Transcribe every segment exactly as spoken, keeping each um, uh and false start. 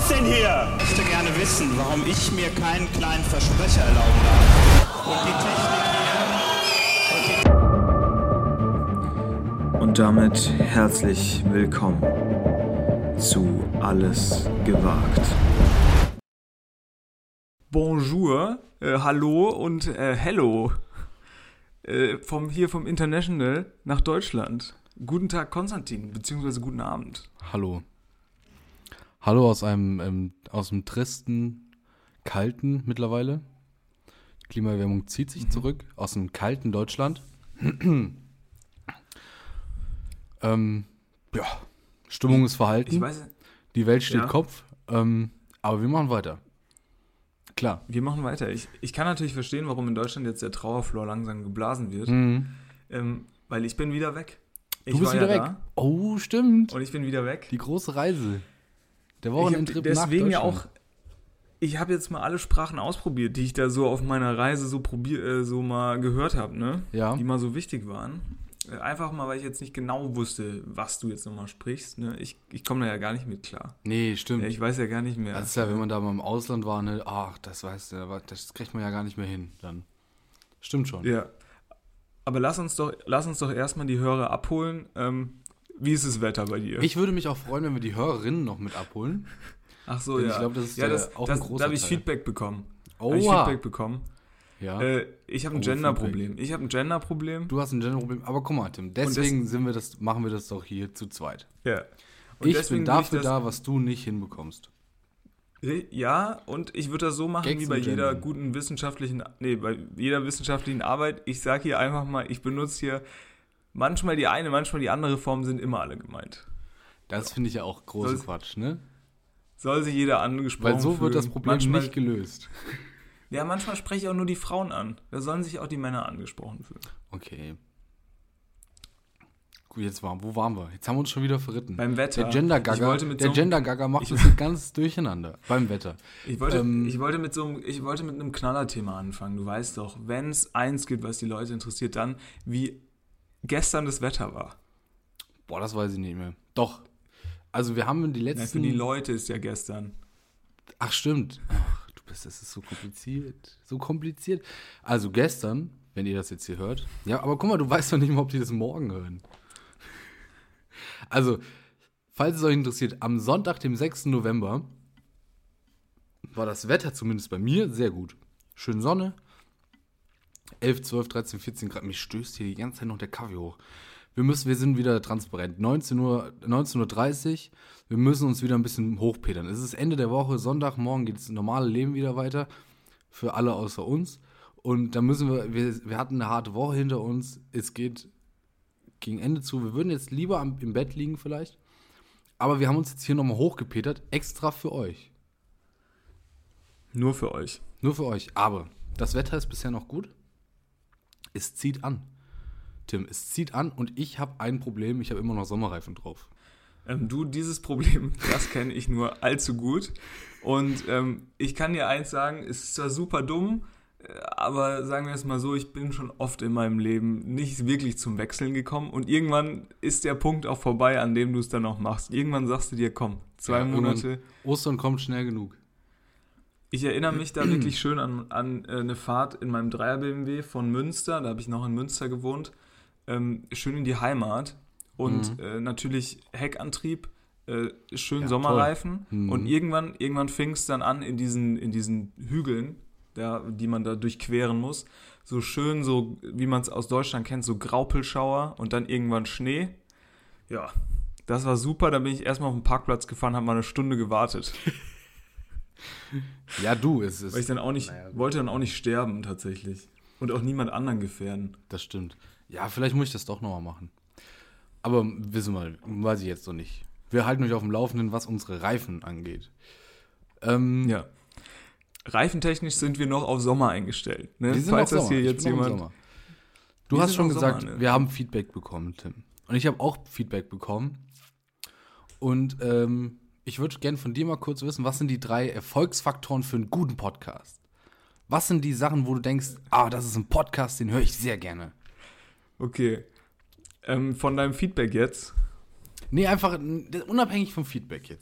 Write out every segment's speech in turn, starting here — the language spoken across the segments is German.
denn hier? Ich möchte gerne wissen, warum ich mir keinen kleinen Versprecher erlauben darf. Und die Technik hier... Und damit herzlich willkommen zu Alles gewagt. Bonjour, äh, hallo und äh, hello äh, vom, hier vom International nach Deutschland. Guten Tag, Konstantin, beziehungsweise guten Abend. Hallo. Hallo aus einem ähm, aus einem tristen, kalten mittlerweile. Die Klimaerwärmung zieht sich mhm. zurück aus einem kalten Deutschland. ähm, ja, Stimmung ist verhalten. Ich weiß, die Welt steht ja. Kopf. Ähm, aber wir machen weiter. Klar. Wir machen weiter. Ich, ich kann natürlich verstehen, warum in Deutschland jetzt der Trauerflor langsam geblasen wird. Mhm. Ähm, weil ich bin wieder weg. Ich du bist war wieder ja weg. Da. Oh, stimmt. Und ich bin wieder weg. Die große Reise. Der Wochenendtrip nach Deutschland. Deswegen ja auch, ich habe jetzt mal alle Sprachen ausprobiert, die ich da so auf meiner Reise so probier, äh, so mal gehört habe, ne? Ja. Die mal so wichtig waren. Äh, einfach mal, weil ich jetzt nicht genau wusste, was du jetzt nochmal sprichst, ne? Ich, ich komme da ja gar nicht mit klar. Nee, stimmt. Ja, ich weiß ja gar nicht mehr. Das ist ja, wenn man da mal im Ausland war, ne? Ach, das weißt du, das kriegt man ja gar nicht mehr hin dann. Stimmt schon. Ja. Aber lass uns doch, lass uns doch erstmal die Hörer abholen. Ähm, wie ist das Wetter bei dir? Ich würde mich auch freuen, wenn wir die Hörerinnen noch mit abholen. Ach so, Denn ja. Ich glaube, das ist ja, der, das, auch das, ein großer Da habe ich Teil. Feedback bekommen. Oh, hab ich Feedback bekommen. Ja. Äh, ich habe ein Oh, Gender-Problem. Ich habe ein Gender-Problem. Du hast ein Gender-Problem. Aber guck mal, Tim, deswegen das, sind wir das, machen wir das doch hier zu zweit. Ja. Und ich bin dafür ich da, was du nicht hinbekommst. Ja, und ich würde das so machen Gags wie bei jeder Gender. guten wissenschaftlichen, nee, bei jeder wissenschaftlichen Arbeit. Ich sage hier einfach mal, ich benutze hier manchmal die eine, manchmal die andere Form, sind immer alle gemeint. Das finde ich ja auch große Soll- Quatsch, ne? Soll sich jeder angesprochen Weil so fühlen. wird das Problem manchmal, nicht gelöst. Ja, manchmal spreche ich auch nur die Frauen an. Da sollen sich auch die Männer angesprochen fühlen. Okay. Gut, jetzt waren, wo waren wir? Jetzt haben wir uns schon wieder verritten. Beim Wetter. Der Gender-Gagger, Ich wollte mit der so einem- Gender-Gagger macht Ich- das hier ganz durcheinander. Beim Wetter. Ich wollte, Ähm, ich, wollte mit so einem, ich wollte mit einem Knallerthema anfangen. Du weißt doch, wenn es eins gibt, was die Leute interessiert, dann wie gestern das Wetter war. Boah, das weiß ich nicht mehr. Doch. Also wir haben die Nein, letzten... für die Leute ist ja gestern. Ach, stimmt. Ach, du bist, das ist so kompliziert. So kompliziert. Also gestern, wenn ihr das jetzt hier hört. Ja, aber guck mal, du weißt doch nicht mal, ob die das morgen hören. Also, falls es euch interessiert, am Sonntag, dem sechsten November, war das Wetter zumindest bei mir sehr gut. Schön Sonne. elf, zwölf, dreizehn, vierzehn Grad. Mich stößt hier die ganze Zeit noch der Kaffee hoch. Wir müssen, wir sind wieder transparent. neunzehn Uhr, neunzehn Uhr dreißig. Wir müssen uns wieder ein bisschen hochpetern. Es ist Ende der Woche, Sonntagmorgen geht das normale Leben wieder weiter. Für alle außer uns. Und da müssen wir, wir, wir hatten eine harte Woche hinter uns. Es geht gegen Ende zu. Wir würden jetzt lieber am, im Bett liegen vielleicht. Aber wir haben uns jetzt hier nochmal hochgepetert. Extra für euch. Nur für euch. Nur für euch. Aber das Wetter ist bisher noch gut. Es zieht an. Tim, es zieht an und ich habe ein Problem. Ich habe immer noch Sommerreifen drauf. Ähm, du, dieses Problem, das kenne ich nur allzu gut. Und ähm, ich kann dir eins sagen, es ist zwar super dumm, äh, aber sagen wir es mal so, ich bin schon oft in meinem Leben nicht wirklich zum Wechseln gekommen. Und irgendwann ist der Punkt auch vorbei, an dem du es dann auch machst. Irgendwann sagst du dir, komm, zwei Ja, Monate. Ostern kommt schnell genug. Ich erinnere mich da wirklich schön an, an äh, eine Fahrt in meinem Dreier-B M W von Münster, da habe ich noch in Münster gewohnt, ähm, schön in die Heimat und Mhm. äh, natürlich Heckantrieb, äh, schön Ja, Sommerreifen Mhm. und irgendwann, irgendwann fing es dann an in diesen, in diesen Hügeln, da, die man da durchqueren muss, so schön, so wie man es aus Deutschland kennt, so Graupelschauer und dann irgendwann Schnee. Ja, das war super, da bin ich erstmal auf den Parkplatz gefahren, habe mal eine Stunde gewartet. Ja, du, es ist. Weil ich dann auch nicht, Naja, wollte dann auch nicht sterben tatsächlich. Und auch niemand anderen gefährden. Das stimmt. Ja, vielleicht muss ich das doch nochmal machen. Aber wissen wir, weiß ich jetzt noch nicht. Wir halten euch auf dem Laufenden, was unsere Reifen angeht. Ähm, Ja. Reifentechnisch sind wir noch auf Sommer eingestellt. Ne? wir sind Falls auf das Sommer. hier Ich jetzt bin noch im jemand. Sommer. Du Wir hast sind schon auf gesagt, Sommer, ne? wir haben Feedback bekommen, Tim. Und ich habe auch Feedback bekommen. Und ähm, ich würde gerne von dir mal kurz wissen, was sind die drei Erfolgsfaktoren für einen guten Podcast? Was sind die Sachen, wo du denkst, ah, das ist ein Podcast, den höre ich sehr gerne? Okay. Ähm, von deinem Feedback jetzt. Nee, einfach n- unabhängig vom Feedback jetzt.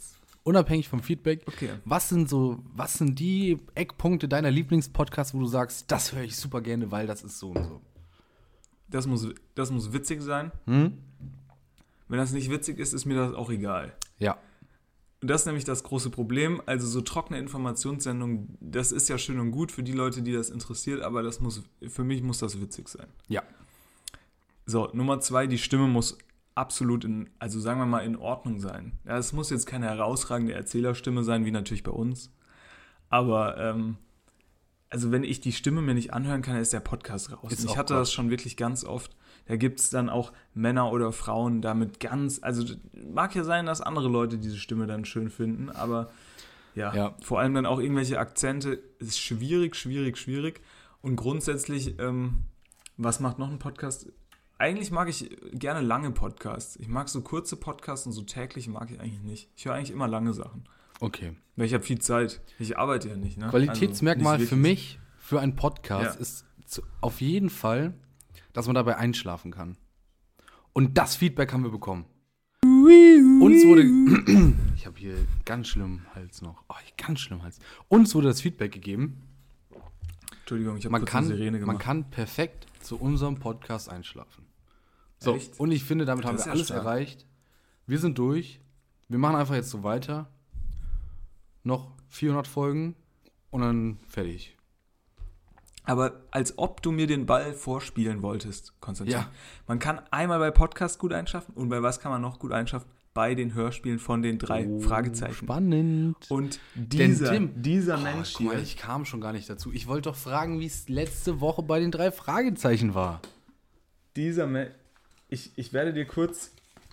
unabhängig vom Feedback. Okay. Was sind so, was sind die Eckpunkte deiner Lieblingspodcasts, wo du sagst, das höre ich super gerne, weil das ist so und so? Das muss, das muss witzig sein. Hm? Wenn das nicht witzig ist, ist mir das auch egal. Ja. Und das ist nämlich das große Problem. Also so trockene Informationssendungen, das ist ja schön und gut für die Leute, die das interessiert, aber das muss, für mich muss das witzig sein. Ja. So, Nummer zwei, die Stimme muss absolut in, also sagen wir mal, in Ordnung sein. Ja, es muss jetzt keine herausragende Erzählerstimme sein, wie natürlich bei uns. Aber, ähm, also wenn ich die Stimme mir nicht anhören kann, ist der Podcast raus. Ist Und ich auch hatte Quatsch. das schon wirklich ganz oft. Da gibt es dann auch Männer oder Frauen damit ganz, also mag ja sein, dass andere Leute diese Stimme dann schön finden, aber ja, Ja. vor allem dann auch irgendwelche Akzente, ist schwierig, schwierig, schwierig. Und grundsätzlich, ähm, was macht noch ein Podcast? Eigentlich mag ich gerne lange Podcasts. Ich mag so kurze Podcasts und so täglich mag ich eigentlich nicht. Ich höre eigentlich immer lange Sachen. Okay. Weil ich habe viel Zeit. Ich arbeite ja nicht. Ne? Qualitätsmerkmal also nicht für mich, für einen Podcast, Ja. ist zu, auf jeden Fall, dass man dabei einschlafen kann. Und das Feedback haben wir bekommen. Uns wurde, ich habe hier ganz schlimm Hals noch, oh, ganz schlimm Hals. Uns wurde das Feedback gegeben, Entschuldigung, ich habe man kurz kann, eine Sirene gemacht. man kann perfekt zu unserem Podcast einschlafen. So, Echt? und ich finde, damit Das haben ist wir ja alles stark. erreicht. Wir sind durch. Wir machen einfach jetzt so weiter. Noch vierhundert Folgen und dann fertig. Aber als ob du mir den Ball vorspielen wolltest, Konstantin. Ja. Man kann einmal bei Podcasts gut einschaffen und bei was kann man noch gut einschaffen? Bei den Hörspielen von den drei Oh, Fragezeichen. Spannend. Und Denn dieser, Tim, dieser oh, Mensch guck mal, hier, ich kam schon gar nicht dazu. Ich wollte doch fragen, wie es letzte Woche bei den drei Fragezeichen war. dieser Mensch, ich, ich werde dir kurz,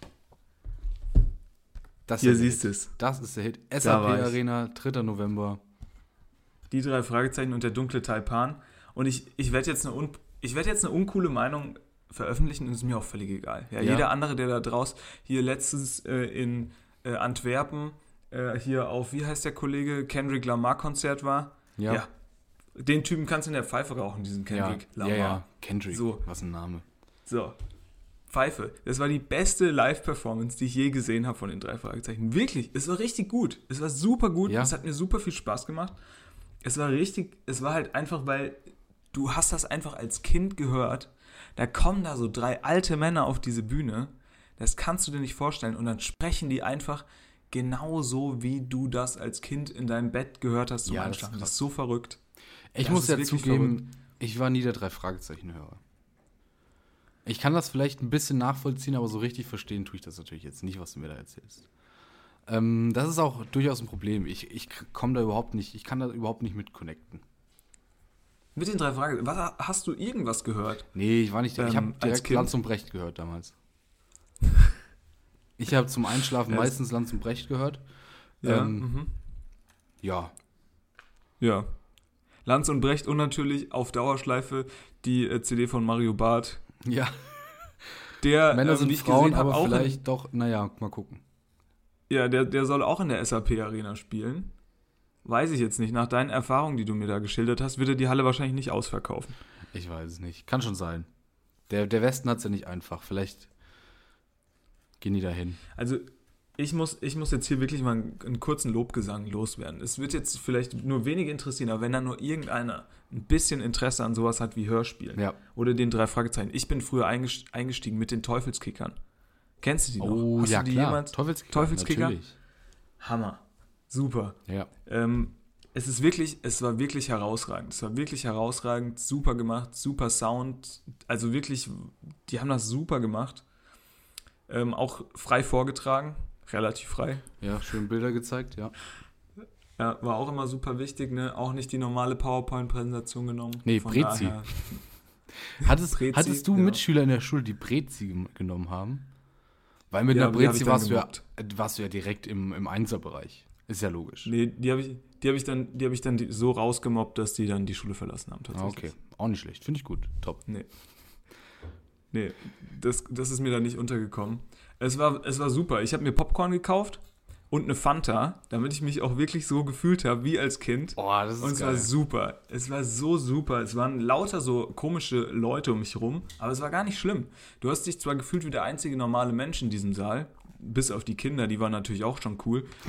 Das hier ist der siehst Hit. du es, Das ist der Hit. Da S A P war ich. Arena, dritter November. die drei Fragezeichen und der dunkle Taipan. Und ich, ich werde jetzt eine un, ich werde jetzt eine uncoole Meinung veröffentlichen und es ist mir auch völlig egal. Ja, Ja. Jeder andere, der da draus hier letztens äh, in äh, Antwerpen äh, hier auf, wie heißt der Kollege, Kendrick Lamar Konzert war. Ja. Ja. Den Typen kannst du in der Pfeife rauchen, diesen Ja, Kendrick ja, Lamar. ja. Kendrick. So. Was ein Name. So. Pfeife. Das war die beste Live-Performance, die ich je gesehen habe von den drei Fragezeichen. Wirklich. Es war richtig gut. Es war super gut. Ja. Es hat mir super viel Spaß gemacht. Es war richtig, es war halt einfach, weil du hast das einfach als Kind gehört. Da kommen da so drei alte Männer auf diese Bühne. Das kannst du dir nicht vorstellen. Und dann sprechen die einfach genauso, wie du das als Kind in deinem Bett gehört hast zum Ja, das ist Einschlafen. krass. Das ist so verrückt. Ich Das muss ist ja wirklich zugeben, ich war nie der drei Fragezeichen-Hörer. Ich kann das vielleicht ein bisschen nachvollziehen, aber so richtig verstehen tue ich das natürlich jetzt nicht, was du mir da erzählst. Ähm, das ist auch durchaus ein Problem. Ich, ich komme da überhaupt nicht, ich kann da überhaupt nicht mit connecten. Mit den drei Fragezeichen. Was, hast du irgendwas gehört? Nee, ich war nicht der. Ich Ähm, habe als direkt Kind? Lanz und Brecht gehört damals. Ich habe zum Einschlafen Ja, das- meistens Lanz und Brecht gehört. Ja. Ähm, mhm. Ja. Ja. Lanz und Brecht und natürlich auf Dauerschleife die äh, C D von Mario Barth. Ja. Der, Männer ähm, sind wie ich Frauen, gesehen hab, aber auch vielleicht doch, naja, mal gucken. In, ja, der, der soll auch in der S A P Arena spielen. Weiß ich jetzt nicht. Nach deinen Erfahrungen, die du mir da geschildert hast, wird er die Halle wahrscheinlich nicht ausverkaufen. Ich weiß es nicht. Kann schon sein. Der, der Westen hat es ja nicht einfach. Vielleicht gehen die dahin. Also ich muss, ich muss jetzt hier wirklich mal einen, einen kurzen Lobgesang loswerden. Es wird jetzt vielleicht nur wenige interessieren, aber wenn da nur irgendeiner ein bisschen Interesse an sowas hat wie Hörspielen Ja. oder den drei Fragezeichen. Ich bin früher eingest- eingestiegen mit den Teufelskickern. Kennst du die noch? Oh, Hast ja, du die klar. jemals? Teufelskicker. Teufelskicker? Natürlich. Hammer. Super. Ja. Ähm, es ist wirklich, es war wirklich herausragend. Es war wirklich herausragend, super gemacht, super Sound. Also wirklich, die haben das super gemacht. Ähm, auch frei vorgetragen, relativ frei. Ja, schön Bilder gezeigt, ja. Ja, war auch immer super wichtig, ne? Auch nicht die normale PowerPoint-Präsentation genommen. Nee, Von Prezi. daher- Hattest, Prezi, hattest du ja. Mitschüler in der Schule, die Prezi gem- genommen haben? Weil mit Ja, einer die hab Prezi ich dann warst du, ja, gemobbt. äh, warst du ja direkt im, im Einserbereich. Ist ja logisch. Nee, die habe ich, die hab ich dann, die hab ich dann die, so rausgemobbt, dass die dann die Schule verlassen haben Ah, tatsächlich. okay. Auch nicht schlecht. Finde ich gut. Top. Nee. Nee, das, das ist mir da nicht untergekommen. Es war, es war super. Ich habe mir Popcorn gekauft und eine Fanta, damit ich mich auch wirklich so gefühlt habe wie als Kind. Oh, das Und es war super. Es war so super. Es waren lauter so komische Leute um mich rum, aber es war gar nicht schlimm. Du hast dich zwar gefühlt wie der einzige normale Mensch in diesem Saal, bis auf die Kinder, die waren natürlich auch schon cool.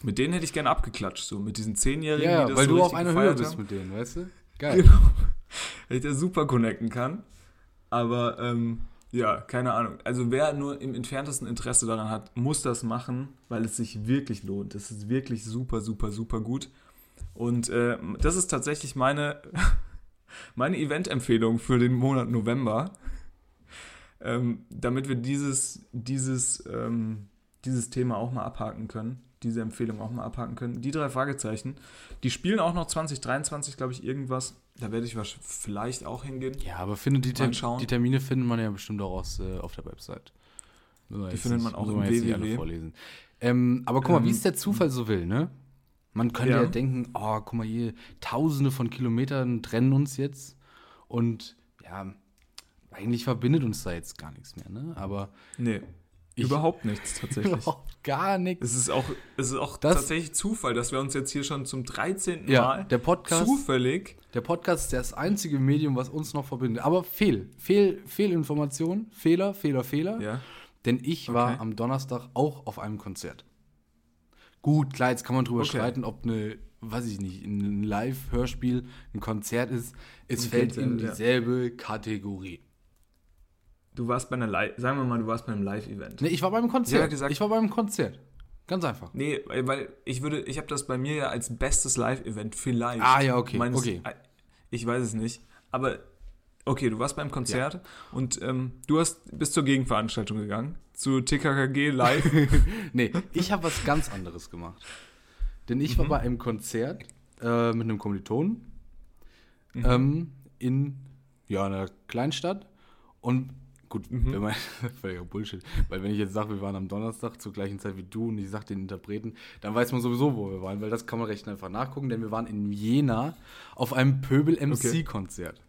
Mit denen hätte ich gerne abgeklatscht, so mit diesen Zehnjährigen, Ja, die das weil so du auf richtig einer Höhe gefeiert bist haben. mit denen, weißt du? Geil. Genau. Weil ich da super connecten kann. Aber, ähm, ja, keine Ahnung. Also wer nur im entferntesten Interesse daran hat, muss das machen, weil es sich wirklich lohnt. Das ist wirklich super, super, super gut. Und äh, das ist tatsächlich meine, meine Event-Empfehlung für den Monat November. Ähm, damit wir dieses, dieses, ähm, dieses Thema auch mal abhaken können. Diese Empfehlung auch mal abhaken können. Die drei Fragezeichen, die spielen auch noch zwanzig dreiundzwanzig, glaube ich, irgendwas. Da werde ich wahrscheinlich vielleicht auch hingehen. Ja, aber findet die, Mal Term- schauen. die Termine findet man ja bestimmt auch aus, äh, auf der Website. Müssen wir Die jetzt findet nicht- man auch müssen wir im jetzt nicht W W W. alle vorlesen. Ähm, aber guck mal, Ähm, wie es der Zufall so will, ne? Man könnte ja. Ja. denken, oh, guck mal hier, tausende von Kilometern trennen uns jetzt und ja, eigentlich verbindet uns da jetzt gar nichts mehr, ne? Aber Nee, Ich- überhaupt nichts tatsächlich. überhaupt gar nichts. Es ist auch, es ist auch Das- tatsächlich Zufall, dass wir uns jetzt hier schon zum dreizehnten Ja, Mal der Podcast, zufällig. der Podcast ist das einzige Medium, was uns noch verbindet. Aber Fehl, Fehl, Fehlinformation, Fehler, Fehler, Fehler. Ja, Denn ich war Okay. am Donnerstag auch auf einem Konzert. Gut, klar, jetzt kann man drüber Okay. streiten, ob eine, weiß ich nicht, ein Live-Hörspiel ein Konzert ist. Es Ein fällt Konzert, in ja. dieselbe Kategorie. du warst bei einer Live, sagen wir mal, du warst bei einem Live-Event. Ne, ich war beim Konzert. Ja, gesagt- ich war beim Konzert. Ganz einfach. Nee, weil weil ich würde, ich habe das bei mir ja als bestes Live-Event vielleicht. Ah, ja, okay, Meines, okay. Ich weiß es nicht, aber okay, du warst beim Konzert und ähm, du hast bist zur Gegenveranstaltung gegangen, zu T K K G Live. Nee, ich habe was ganz anderes gemacht. Denn ich Mhm. war bei einem Konzert äh, mit einem Kommilitonen Mhm. ähm, in ja, einer Kleinstadt. Und gut, Mhm. wenn man, völliger Bullshit, weil wenn ich jetzt sage, wir waren am Donnerstag zur gleichen Zeit wie du und ich sage den Interpreten, dann weiß man sowieso, wo wir waren, weil das kann man recht einfach nachgucken, denn wir waren in Jena auf einem Pöbel-M C-Konzert.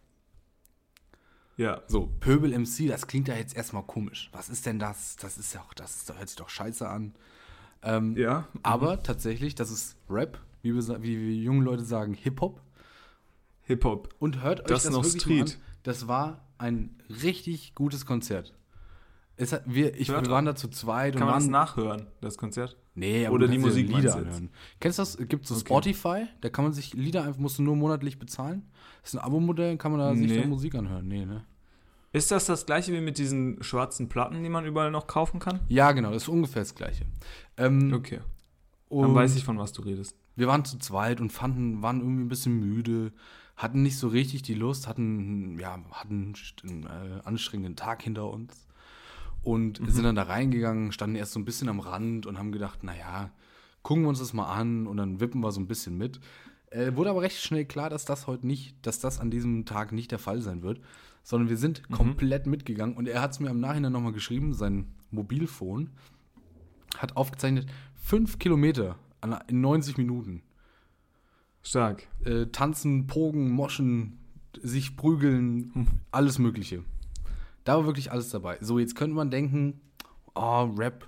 Ja, So, Pöbel-M C, das klingt ja jetzt erstmal komisch. Was ist denn das? Das ist ja auch, das ist, hört sich doch scheiße an. Ähm, ja. Aber tatsächlich, das ist Rap, wie wir, sa- wie wir junge Leute sagen, Hip-Hop. Hip-Hop. Und hört euch Das das, noch wirklich Street. mal an. Das war ein richtig gutes Konzert. Es hat, wir, ich, Hört wir waren da zu zweit Kann und man das waren. nachhören, das Konzert? Nee, aber Oder du die kannst dir Musik meinst Lieder du jetzt? anhören. Kennst du das? Gibt es so Okay. Spotify? Da kann man sich Lieder einfach, musst du nur monatlich bezahlen. Das ist ein Abo-Modell, kann man da sich Nee. dann Musik anhören. Nee, ne? Ist das das gleiche wie mit diesen schwarzen Platten, die man überall noch kaufen kann? Ja, genau, das ist ungefähr das Gleiche. Ähm, Okay, dann und weiß ich, von was du redest. wir waren zu zweit und fanden, waren irgendwie ein bisschen müde, hatten nicht so richtig die Lust, hatten, ja, hatten einen äh, anstrengenden Tag hinter uns und Mhm. sind dann da reingegangen, standen erst so ein bisschen am Rand und haben gedacht, naja, gucken wir uns das mal an und dann wippen wir so ein bisschen mit. Äh, wurde aber recht schnell klar, dass das heute nicht, dass das an diesem Tag nicht der Fall sein wird, sondern wir sind Mhm. komplett mitgegangen und er hat es mir im Nachhinein nochmal geschrieben, sein Mobilphone hat aufgezeichnet, fünf Kilometer an- in neunzig Minuten. Stark. Äh, tanzen, pogen, moschen, sich prügeln, Hm. alles Mögliche. Da war wirklich alles dabei. So, jetzt könnte man denken, oh, Rap.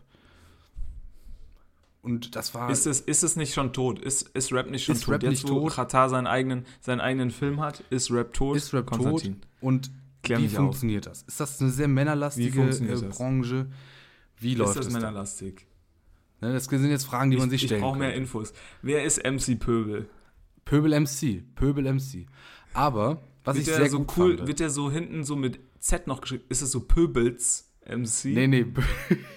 Und das war. Ist es, ist es nicht schon tot? Ist, ist Rap nicht schon Ist tot? Rap Jetzt, nicht wo tot? Katar seinen eigenen, seinen eigenen Film hat, ist Rap tot? ist Rap tot? Konstantin. Und Klär wie mich auf. funktioniert das? Ist das eine sehr männerlastige Wie funktioniert äh, das? Branche? Wie Ist läuft das das? Da? männerlastig? Ne, das sind jetzt Fragen, die man sich ich stellen ich brauche mehr könnte. Infos. Wer ist M C Pöbel? Pöbel M C. Pöbel M C. Aber, was Wird ich der sehr so gut cool, fand. wird der so hinten so mit Z noch geschrieben? Ist es so Pöbels M C? Nee, nee. Pö-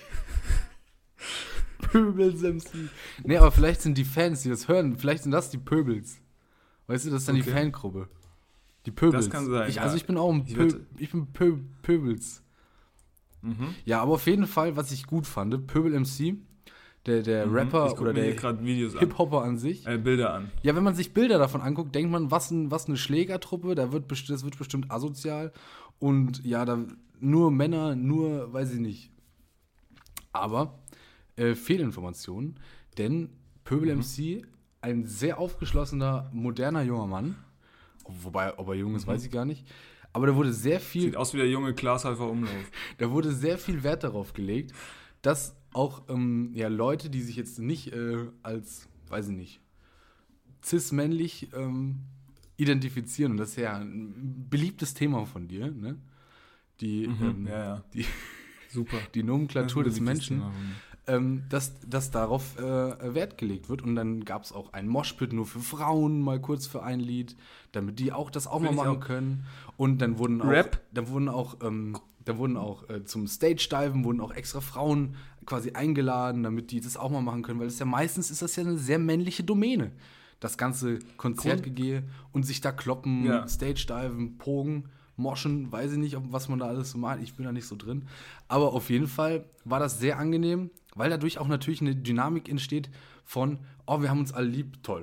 Pöbels M C. Nee, aber vielleicht sind die Fans, die das hören, vielleicht sind das die Pöbels. Weißt du, das ist dann die Okay. Fangruppe. Die Pöbels. Das kann sein, Ich, ja. also ich bin auch ein Ich Pö würd- ich bin Pö Pöbels. Mhm. Ja, aber auf jeden Fall, was ich gut fand, Pöbel M C, der, der Mhm. Rapper ich guck oder mir hier der gerade Videos an. Hip-Hopper an sich. Äh, Bilder an. Ja, wenn man sich Bilder davon anguckt, denkt man, was, ein, was eine Schlägertruppe, da wird best- das wird bestimmt asozial. Und ja, da nur Männer, nur, weiß ich nicht. Aber äh, Fehlinformationen, denn Pöbel Mhm. M C, ein sehr aufgeschlossener, moderner junger Mann, wobei, ob er jung ist, weiß ich gar nicht. Aber da wurde sehr viel, Mhm. Sieht aus wie der junge Glashäufer Umlauf. da wurde sehr viel Wert darauf gelegt, dass auch ähm, ja, Leute, die sich jetzt nicht äh, als, weiß ich nicht, cis-männlich ähm, identifizieren, und das ist ja ein beliebtes Thema von dir, ne? Die, ähm, ja, ja. die, Super. die Nomenklatur des Das ist ein Menschen. beliebtes Thema von ähm, dass, dass darauf äh, Wert gelegt wird. Und dann gab es auch einen Moshpit nur für Frauen, mal kurz für ein Lied, damit die auch das auch Find mal ich machen auch. können. Und dann wurden auch, Rap. dann wurden auch, ähm, dann wurden auch äh, zum Stage-Diven wurden auch extra Frauen quasi eingeladen, damit die das auch mal machen können, weil das ja meistens ist das ja eine sehr männliche Domäne. Das ganze Konzertgegehe und sich da kloppen, Ja. Stage-Diven, Pogen, Moschen, weiß ich nicht, ob, was man da alles so macht. Ich bin da nicht so drin. Aber auf jeden Fall war das sehr angenehm, weil dadurch auch natürlich eine Dynamik entsteht von, oh, wir haben uns alle lieb, toll.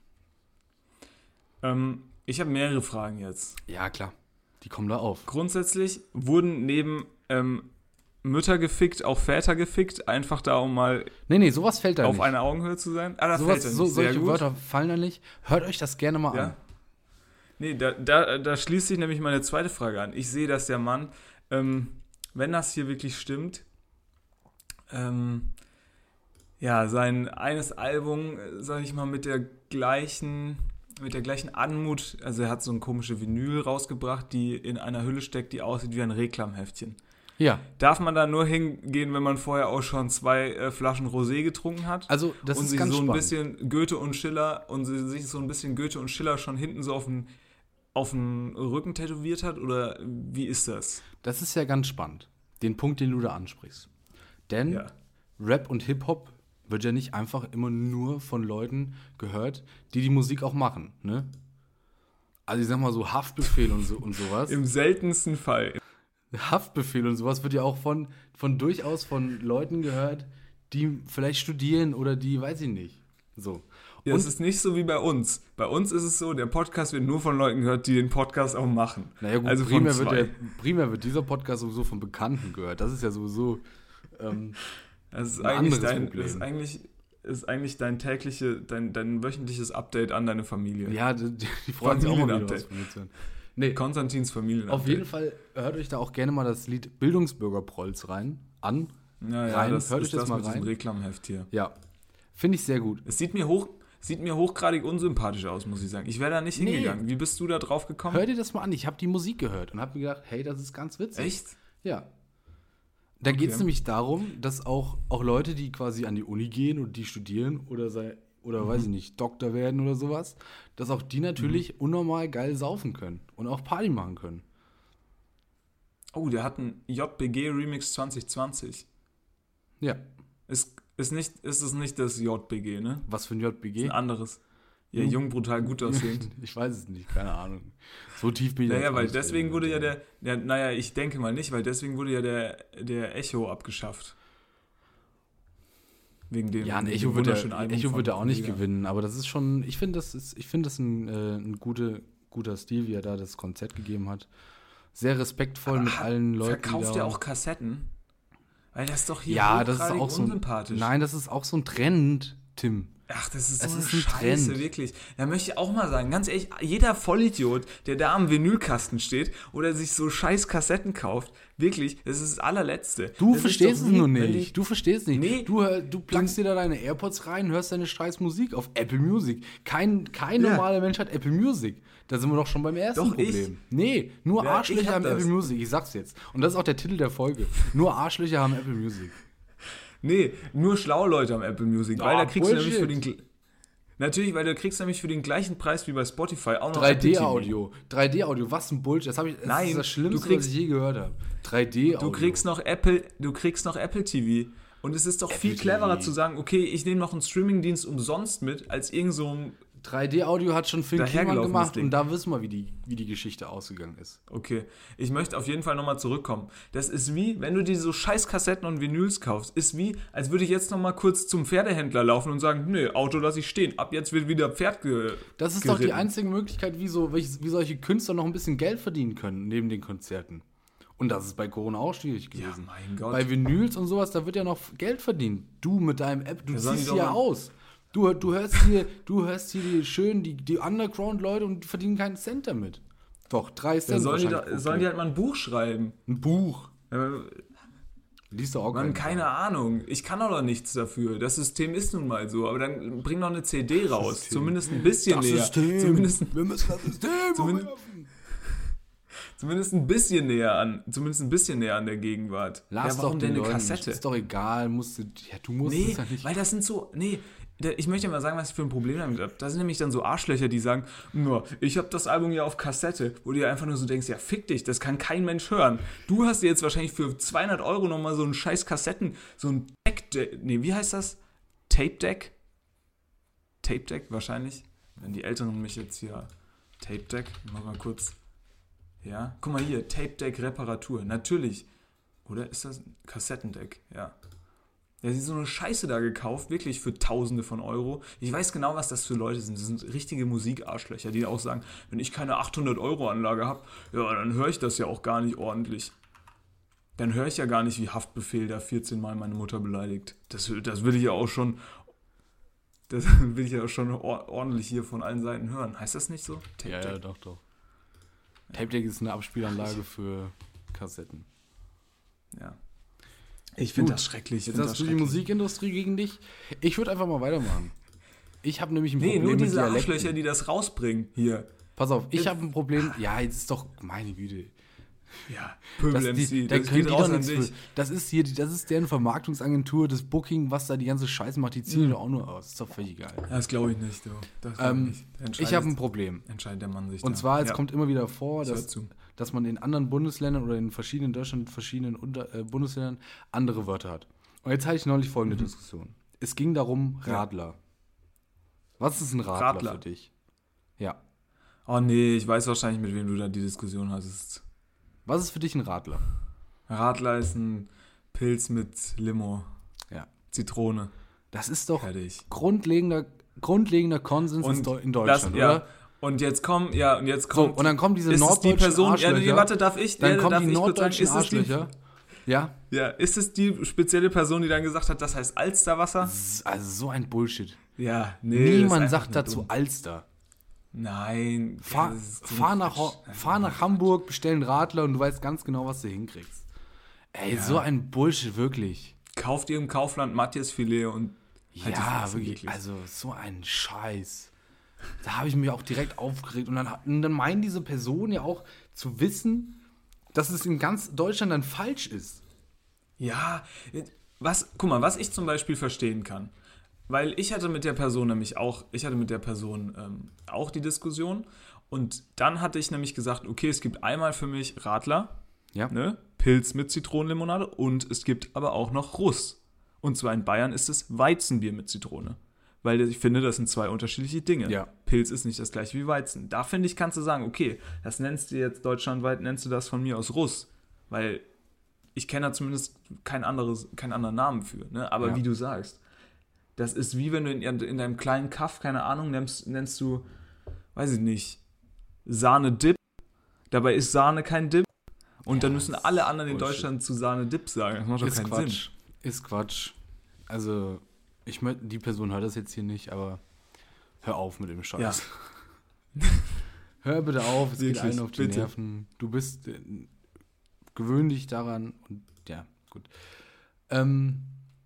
Ähm, ich habe mehrere Fragen jetzt. Ja, klar. Die kommen da auf. Grundsätzlich wurden neben ähm, Mütter gefickt auch Väter gefickt, einfach da, um mal Nee, nee, sowas fällt da auf nicht. einer Augenhöhe zu sein. Ah, da Sowas, fällt er so, nicht. Sehr solche gut. Wörter fallen da nicht. Hört euch das gerne mal Ja. an. Nee, da, da, da schließt sich nämlich meine zweite Frage an. Ich sehe, dass der Mann, ähm, wenn das hier wirklich stimmt, ähm, ja, sein eines Album, sage ich mal, mit der gleichen, mit der gleichen Anmut, also er hat so eine komische Vinyl rausgebracht, die in einer Hülle steckt, die aussieht wie ein Reklamheftchen. Ja, Darf man da nur hingehen, wenn man vorher auch schon zwei äh, Flaschen Rosé getrunken hat? also das und ist sich ganz so ein spannend. bisschen Goethe und Schiller und sie sich so ein bisschen Goethe und Schiller schon hinten so auf den, auf den Rücken tätowiert hat? Oder wie ist das? Das ist ja ganz spannend, den Punkt, den du da ansprichst. Denn Ja. Rap und Hip-Hop wird ja nicht einfach immer nur von Leuten gehört, die die Musik auch machen, ne? Also ich sag mal so Haftbefehl und, so, und sowas. Im seltensten Fall. Haftbefehl und sowas wird ja auch von, von durchaus von Leuten gehört, die vielleicht studieren oder die, weiß ich nicht. So. Ja, Und es ist nicht so wie bei uns. Bei uns ist es so, der Podcast wird nur von Leuten gehört, die den Podcast auch machen. naja gut, also von primär, wird zwei. der, primär wird dieser Podcast sowieso von Bekannten gehört. Das ist ja sowieso ähm, Das ist ein eigentlich anderes dein, Problem. das ist eigentlich, ist eigentlich dein tägliche, dein, dein wöchentliches Update an deine Familie. ja, die, die freuen sich auch mal wieder was Familienupdate. von mir zu hören. Nee, Konstantins Familienupdate. auf jeden Fall hört euch da auch gerne mal das Lied Bildungsbürgerprolls rein, an. Ja, ja, rein. das Hört euch ist das das mal mit diesem rein. Reklamheft hier. Ja, finde ich sehr gut. Es sieht mir, hoch, sieht mir hochgradig unsympathisch aus, muss ich sagen. Ich wäre da nicht Nee. hingegangen. Wie bist du da drauf gekommen? Hör dir das mal an. Ich habe die Musik gehört und habe mir gedacht, hey, das ist ganz witzig. Echt? Ja. Da geht es Okay. nämlich darum, dass auch, auch Leute, die quasi an die Uni gehen und die studieren oder sei, oder weiß ich nicht, Doktor werden oder sowas, dass auch die natürlich unnormal geil saufen können und auch Party machen können. Oh, der hat einen J B G Remix zwanzig zwanzig. Ja. Ist, ist, nicht, ist es nicht das J B G, ne? Was für ein J B G? Ein anderes. Ja, Hm. jung, brutal, gut aussehend. Ich weiß es nicht, keine Ahnung. So tief bin ich Naja, jetzt weil nicht deswegen drin. wurde ja der, ja, naja, ich denke mal nicht, weil deswegen wurde ja der, der Echo abgeschafft. Wegen dem Ja, ein wegen Echo dem wird wunderschönen er, Album Echo von wird er auch nicht Kollega. gewinnen, aber das ist schon, ich finde, das ist, ich finde das ist äh, ein gute, guter Stil, wie er da das Konzert gegeben hat. Sehr respektvoll mit Ha- allen Leuten. Verkauft die er da- auch Kassetten? Weil das ist doch hier Ja, das ist hochgradig auch so ein, unsympathisch. nein, das ist auch so ein Trend, Tim. Ach, das ist so Es eine ist ein Scheiße, Trend. wirklich. Da möchte ich auch mal sagen, ganz ehrlich, jeder Vollidiot, der da am Vinylkasten steht oder sich so scheiß Kassetten kauft, wirklich, das ist das allerletzte. Du das ist verstehst doch es wie, nur wenn nicht. die- Du verstehst nicht. Nee. Du, hör, du plugst dir da deine AirPods rein, hörst deine scheiß Musik auf Apple Music. Kein, kein Ja. normaler Mensch hat Apple Music. Da sind wir doch schon beim ersten Doch, ich. Problem. Nee, nur Ja, ich Arschlöcher hab haben das. Apple Music. Ich sag's jetzt. Und das ist auch der Titel der Folge. Nur Arschlöcher haben Apple Music. Nee, nur schlaue Leute am Apple Music, weil Ah, da kriegst du Bullshit. nämlich für den gl- Natürlich, weil du kriegst nämlich für den gleichen Preis wie bei Spotify auch noch drei Apple T V. D-Audio. drei D-Audio, was ein Bullshit. Das, hab ich, das Nein, ist das Schlimmste, du kriegst- was ich je gehört habe. drei D-Audio. Du kriegst noch Apple, du kriegst noch Apple T V. Und es ist doch viel Apple cleverer T V. zu sagen, okay, ich nehme noch einen Streamingdienst umsonst mit, als irgend so ein drei D-Audio hat schon Phil Kliman Dahergelaufenes gemacht Ding. und da wissen wir, wie die, wie die Geschichte ausgegangen ist. Okay, ich möchte auf jeden Fall nochmal zurückkommen. Das ist wie, wenn du dir so scheiß Kassetten und Vinyls kaufst, ist wie, als würde ich jetzt nochmal kurz zum Pferdehändler laufen und sagen, nee, Auto lasse ich stehen, ab jetzt wird wieder Pferd ge Das ist doch die geritten. einzige Möglichkeit, wie, so, wie wie solche Künstler noch ein bisschen Geld verdienen können, neben den Konzerten. Und das ist bei Corona auch schwierig Ja, gewesen. mein Gott. Bei Vinyls und sowas, da wird ja noch Geld verdient. Du mit deinem App, du Ja, sollen die ziehst doch ja mal- aus. Du, du hörst hier, du hörst hier die schön die, die Underground-Leute und die verdienen keinen Cent damit. Doch, drei Ja, Cent sollen, die wahrscheinlich da, pro sollen die Klick. halt mal ein Buch schreiben? Ein Buch. Äh, Liest du auch Mann, keinen keine Ahnung. Ich kann doch nichts dafür. Das System ist nun mal so. Aber dann bring doch eine C D raus. System. Zumindest ein bisschen Das näher. System. Zumindest, Wir müssen das System Zumindest- umwerfen. zumindest ein bisschen näher an, zumindest ein bisschen näher an der Gegenwart. Lass ja, warum doch denn den eine Leuten, Kassette? Ist doch egal, musst du, ja, du musst Nee, es ja nicht. weil das sind so, nee, da- ich möchte mal sagen, was ich für ein Problem damit habe. Da sind nämlich dann so Arschlöcher, die sagen, no, ich habe das Album ja auf Kassette, wo du dir einfach nur so denkst, ja, fick dich, das kann kein Mensch hören. Du hast dir jetzt wahrscheinlich für zweihundert Euro nochmal so einen scheiß Kassetten, so ein Deck, nee, wie heißt das? Tape Deck? Tape Deck wahrscheinlich? Wenn die Älteren mich jetzt hier, Tape Deck, mach mal kurz, ja, guck mal hier, Tape Deck Reparatur, natürlich. Oder ist das ein Kassettendeck? Ja. Ja, sie hat so eine Scheiße da gekauft, wirklich für Tausende von Euro. Ich weiß genau, was das für Leute sind. Das sind richtige Musikarschlöcher, die auch sagen, wenn ich keine achthundert Euro Anlage habe, ja, dann höre ich das ja auch gar nicht ordentlich. Dann höre ich ja gar nicht, wie Haftbefehl da vierzehn Mal meine Mutter beleidigt. Das, das will ich ja auch schon, das will ich ja auch schon or- ordentlich hier von allen Seiten hören. Heißt das nicht so? Tape Ja, ja, Deck? doch, doch. Tape Deck ist eine Abspielanlage für Kassetten. Ja. Ich finde Gut, das schrecklich. Jetzt find hast das du die schrecklich. Musikindustrie gegen dich. Ich würde einfach mal weitermachen. Ich habe nämlich ein Nee, Problem nur mit diese Dialekten. Arschlöcher, die das rausbringen. Hier. Pass auf, ich habe ein Problem. Ja, jetzt ist doch, meine Güte. Ja, Das, Pöbel die, M C, da das können geht die raus doch an nichts dich. für. Das ist hier, die- das ist deren Vermarktungsagentur, das Booking, was da die ganze Scheiße macht. Die ziehen Mhm. doch auch nur aus. Ist doch völlig egal. Ja, das glaube ich nicht, du. Das glaub Ähm, ich nicht. Ich Entscheidet- habe ein Problem. entscheidet der Mann sich Und da. zwar, es ja. kommt immer wieder vor, Das hört dass, zu. dass man in anderen Bundesländern oder in verschiedenen Deutschland verschiedenen Unter, äh, Bundesländern andere Wörter hat. Und jetzt hatte ich neulich folgende Mhm. Diskussion. Es ging darum, Ja. Radler. Was ist ein Radler, Radler. für dich? Ja. Oh nee, ich weiß wahrscheinlich, mit wem du da die Diskussion hattest. Was ist für dich ein Radler? Radler ist ein Pilz mit Limo, Ja. Zitrone, Das ist doch fertig. grundlegender, grundlegender Konsens in Deu- in Deutschland, das, ja. oder? Und jetzt komm, ja, und jetzt So, kommt. und dann kommen diese ist es die norddeutschen Person, ja, Arschlöcher. nee, warte, darf ich, dann ja, kommen darf die ich kurz sagen, norddeutschen ist es die, Arschlöcher. Ja, ja, ist es die spezielle Person, die dann gesagt hat, das heißt Alsterwasser? S- also so ein Bullshit. Ja, nee. das ist Niemand einfach sagt nur dazu dumm. Alster. Nein. Fahr, ja, das ist so fahr, ein nach, Ho- Quatsch. fahr nach Hamburg, bestell einen Radler und du weißt ganz genau, was du hinkriegst. Ey, Ja. so ein Bullshit, wirklich. Kauft ihr im Kaufland Matthias-Filet und halt die Ja, Fresse, wirklich. Also so ein Scheiß. Da habe ich mich auch direkt aufgeregt. Und dann, hat- und dann meinen diese Personen ja auch zu wissen, dass es in ganz Deutschland dann falsch ist. Ja, was, guck mal, was ich zum Beispiel verstehen kann, weil ich hatte mit der Person nämlich auch, ich hatte mit der Person ähm, auch die Diskussion und dann hatte ich nämlich gesagt, okay, es gibt einmal für mich Radler, Ja. ne, Pilz mit Zitronenlimonade und es gibt aber auch noch Russ. Und zwar in Bayern ist es Weizenbier mit Zitrone. Weil ich finde, das sind zwei unterschiedliche Dinge. Ja. Pilz ist nicht das gleiche wie Weizen. Da finde ich, kannst du sagen, okay, das nennst du jetzt deutschlandweit, nennst du das von mir aus Russ. Weil ich kenne da zumindest kein anderes, keinen anderen Namen für. Ne? Aber Ja. wie du sagst, das ist wie wenn du in, in deinem kleinen Kaff, keine Ahnung, nennst, nennst du, weiß ich nicht, Sahne-Dip. Dabei ist Sahne kein Dip. Und Ja, dann müssen das alle ist anderen in Bullshit. Deutschland zu Sahne-Dip sagen. Das macht doch Ist keinen Quatsch. Sinn. Ist Quatsch. Also, ich möchte, die Person hört das jetzt hier nicht, aber hör auf mit dem Scheiß. Hör bitte auf, es geht Wirklich, allen auf die bitte. Nerven. Du bist, äh, gewöhn dich daran und ja, gut. Ähm,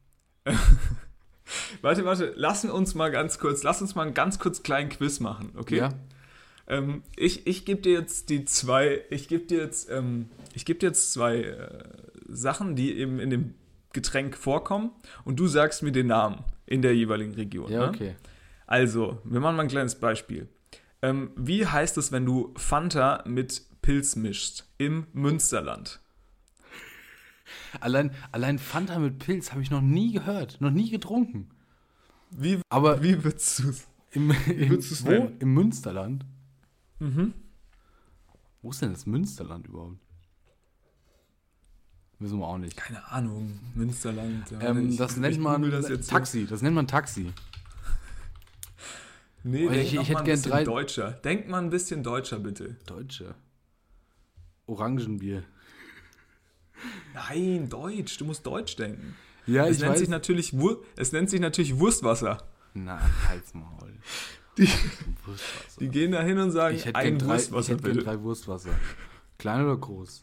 Warte, warte, lassen uns mal ganz kurz, lass uns mal einen ganz kurz kleinen Quiz machen, okay? ja, Ähm, ich ich gebe dir jetzt die zwei, ich gebe dir jetzt, ähm, ich gebe dir jetzt zwei äh, Sachen, die eben in dem Getränk vorkommen und du sagst mir den Namen in der jeweiligen Region. ja, ne? okay. Also, wir machen mal ein kleines Beispiel. Ähm, wie heißt es, wenn du Fanta mit Pilz mischst im Münsterland? Allein, allein Fanta mit Pilz habe ich noch nie gehört, noch nie getrunken. Wie, Aber wie würdest du es? im, im, würdest du's wo? nennen? Im Münsterland? Mhm. Wo ist denn das Münsterland überhaupt? Wissen wir auch nicht. Keine Ahnung, Münsterland. ja, Ähm, ich- das ich nennt man google das jetzt so. Taxi, das nennt man Taxi. Nee, Oh, denk ich- noch ich mal hätte ein gern bisschen drei- deutscher. Denk mal ein bisschen deutscher, bitte. Deutsche. Orangenbier. Nein, Deutsch. Du musst Deutsch denken. Ja, es, ich nennt weiß. sich natürlich, Wur- es nennt sich natürlich Wurstwasser. Na, halt's Maul. Die- Wurstwasser. Die gehen da hin und sagen, ich hätte ein gern drei, ich Wurstwasser, hätte gern bitte. drei Wurstwasser. Klein oder groß?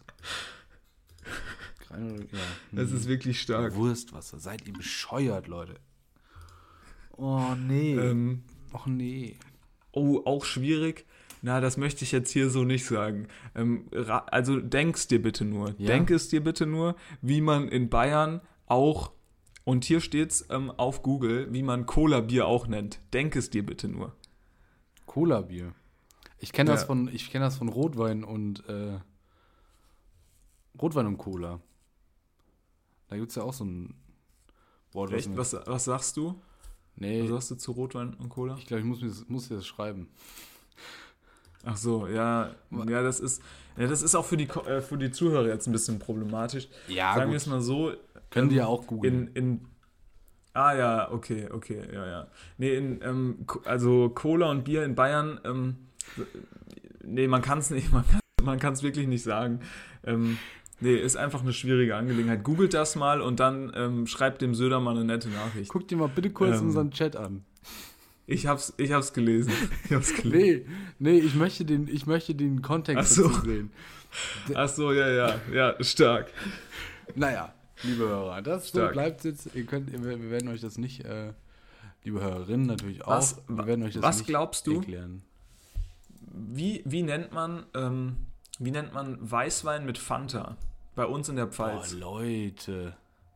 Klein oder, ja. Das hm. ist wirklich stark. Wurstwasser. Seid ihr bescheuert, Leute? Oh, nee. Ähm, Och, nee. oh, auch schwierig. Na, das möchte ich jetzt hier so nicht sagen. Ähm, ra- also denk's dir bitte nur. Ja. Denk es dir bitte nur, wie man in Bayern auch, und hier steht's ähm, auf Google, wie man Cola-Bier auch nennt. Denk es dir bitte nur. Cola-Bier. Ich kenne das Ja. von, ich kenne das von Rotwein und äh, Rotwein und Cola. Da gibt es ja auch so ein Wort. Echt? mir- Was, was sagst du? Nee, Was sagst du zu Rotwein und Cola? ich glaube, ich muss mir das, muss dir das schreiben. Ach so, ja, ja, das ist, ja, das ist auch für die, Ko- äh, für die Zuhörer jetzt ein bisschen problematisch. Ja, Sagen wir gut. es mal so. Können die ähm, ja auch googeln. In, in, ah ja, okay, okay, ja, ja. Nee, in, ähm, Co- also Cola und Bier in Bayern, ähm, nee, man kann es nicht, man kann man kann es wirklich nicht sagen. Ähm, nee, ist einfach eine schwierige Angelegenheit. Googelt das mal und dann ähm, schreibt dem Söder mal eine nette Nachricht. Guck dir mal bitte kurz Ähm, unseren Chat an. Ich hab's, ich hab's gelesen. Ich hab's gelesen. Nee, nee, ich möchte den, ich möchte den Kontext Ach so. dazu sehen. Ach so, ja, ja, ja, stark. Naja, liebe Hörer, das so Stark. bleibt jetzt. Ihr könnt, wir wir werden euch das nicht, äh, liebe Hörerinnen natürlich auch, Was- wir werden euch das was nicht glaubst du? erklären. Wie, wie nennt man, ähm, wie nennt man Weißwein mit Fanta? Bei uns in der Oh, Pfalz. Leute.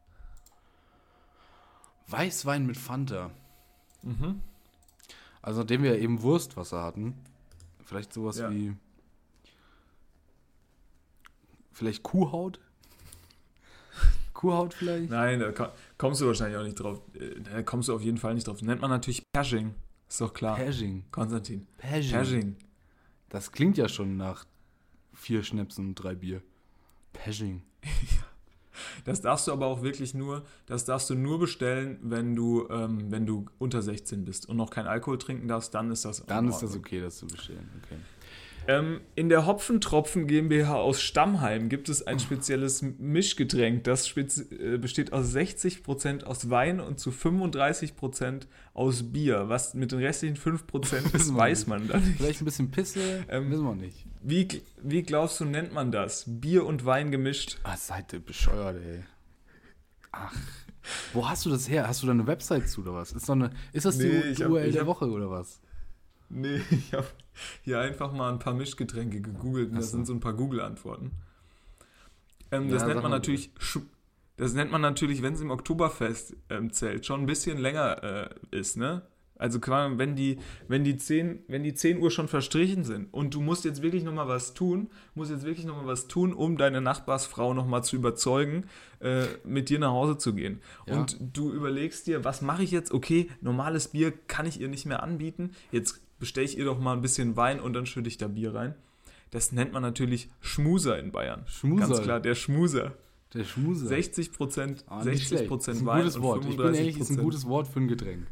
Weißwein mit Fanta. Mhm. Also nachdem wir eben Wurstwasser hatten, vielleicht sowas Ja. wie vielleicht Kuhhaut? Kuhhaut vielleicht? Nein, da ko- kommst du wahrscheinlich auch nicht drauf. Äh, Da kommst du auf jeden Fall nicht drauf. Nennt man natürlich Pershing. Ist doch klar. Pershing. Konstantin. Pershing. Pershing. Das klingt ja schon nach vier Schnäpsen und drei Bier. Pershing. Das darfst du aber auch wirklich nur, das darfst du nur bestellen, wenn du, ähm, wenn du unter sechzehn bist und noch kein Alkohol trinken darfst, dann ist das Dann in ist das Ordnung. okay, das zu bestellen. Okay. Ähm, in der Hopfentropfen GmbH aus Stammheim gibt es ein spezielles Mischgetränk, das spezi- äh, besteht aus sechzig Prozent aus Wein und zu fünfunddreißig Prozent aus Bier. Was mit den restlichen fünf Prozent Wissen ist, wir weiß nicht. man dann nicht. Vielleicht ein bisschen Pisse, Ähm, wissen wir nicht. Wie, gl- wie glaubst du, nennt man das? Bier und Wein gemischt? Ah, seid ihr bescheuert, ey. Ach. Wo hast du das her? Hast du da eine Website zu oder was? Ist, doch eine, ist das die, Nee, U- ich die hab- U R L ich der hab- Woche oder was? Nee, ich habe hier einfach mal ein paar Mischgetränke gegoogelt und das Ach so. sind so ein paar Google-Antworten. Ähm, Ja, das sag nennt man mal natürlich, Sch- das nennt man natürlich, wenn es im Oktoberfest ähm, zählt, schon ein bisschen länger äh, ist, ne? Also quasi, wenn die, wenn die zehn, wenn die zehn Uhr schon verstrichen sind und du musst jetzt wirklich nochmal was tun, musst jetzt wirklich nochmal was tun, um deine Nachbarsfrau nochmal zu überzeugen, äh, mit dir nach Hause zu gehen. Ja. Und du überlegst dir, was mache ich jetzt? Okay, normales Bier kann ich ihr nicht mehr anbieten. Jetzt bestelle ich ihr doch mal ein bisschen Wein und dann schütte ich da Bier rein. Das nennt man natürlich Schmuser in Bayern. Schmuser. Ganz klar, der Schmuser. Der Schmuser. sechzig Prozent, Ah, nicht sechzig schlecht. Prozent Ist ein Wein gutes und Wort. Ich bin fünfunddreißig ehrlich, ist ein Prozent. gutes Wort für ein Getränk.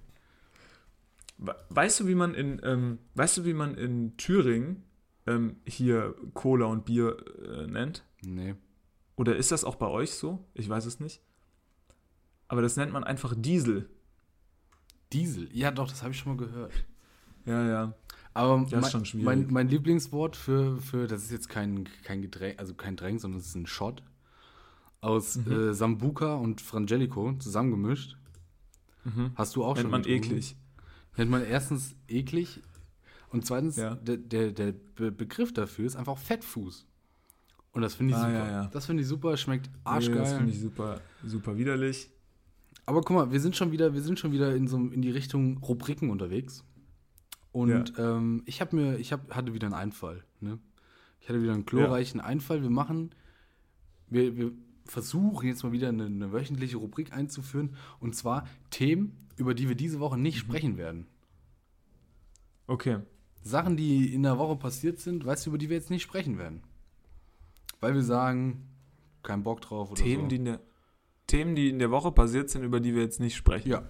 We- Weißt du, wie man in, ähm, weißt du, wie man in Thüringen ähm, hier Cola und Bier äh, nennt? Nee. Oder ist das auch bei euch so? Ich weiß es nicht. Aber das nennt man einfach Diesel. Diesel. Ja, doch, das habe ich schon mal gehört. Ja, ja. Aber Das ist mein, schon schwierig. mein, mein Lieblingswort für, für, das ist jetzt kein, kein Getränk, also kein Drink, sondern es ist ein Shot aus Mhm. äh, Sambuca und Frangelico zusammengemischt. Mhm. Hast du auch Nennt schon man getrunken? eklig. Nennt man erstens eklig und zweitens, Ja. der, der, der Be- Begriff dafür ist einfach Fettfuß. Und das finde ich Ah, super. ja, ja. Das finde ich super, schmeckt Nee, arschgeil. das finde ich super, super widerlich. Aber guck mal, wir sind schon wieder, wir sind schon wieder in so in die Richtung Rubriken unterwegs. Und ähm, ich habe mir, ich hab, hatte wieder einen Einfall. Ne? Ich hatte wieder einen glorreichen Einfall. Wir machen, wir, wir versuchen jetzt mal wieder eine, eine wöchentliche Rubrik einzuführen. Und zwar Themen, über die wir diese Woche nicht Mhm. sprechen werden. Okay. Sachen, die in der Woche passiert sind, weißt du, über die wir jetzt nicht sprechen werden. Weil wir sagen, kein Bock drauf oder Themen, so. die in der, Themen, die in der Woche passiert sind, über die wir jetzt nicht sprechen. Ja.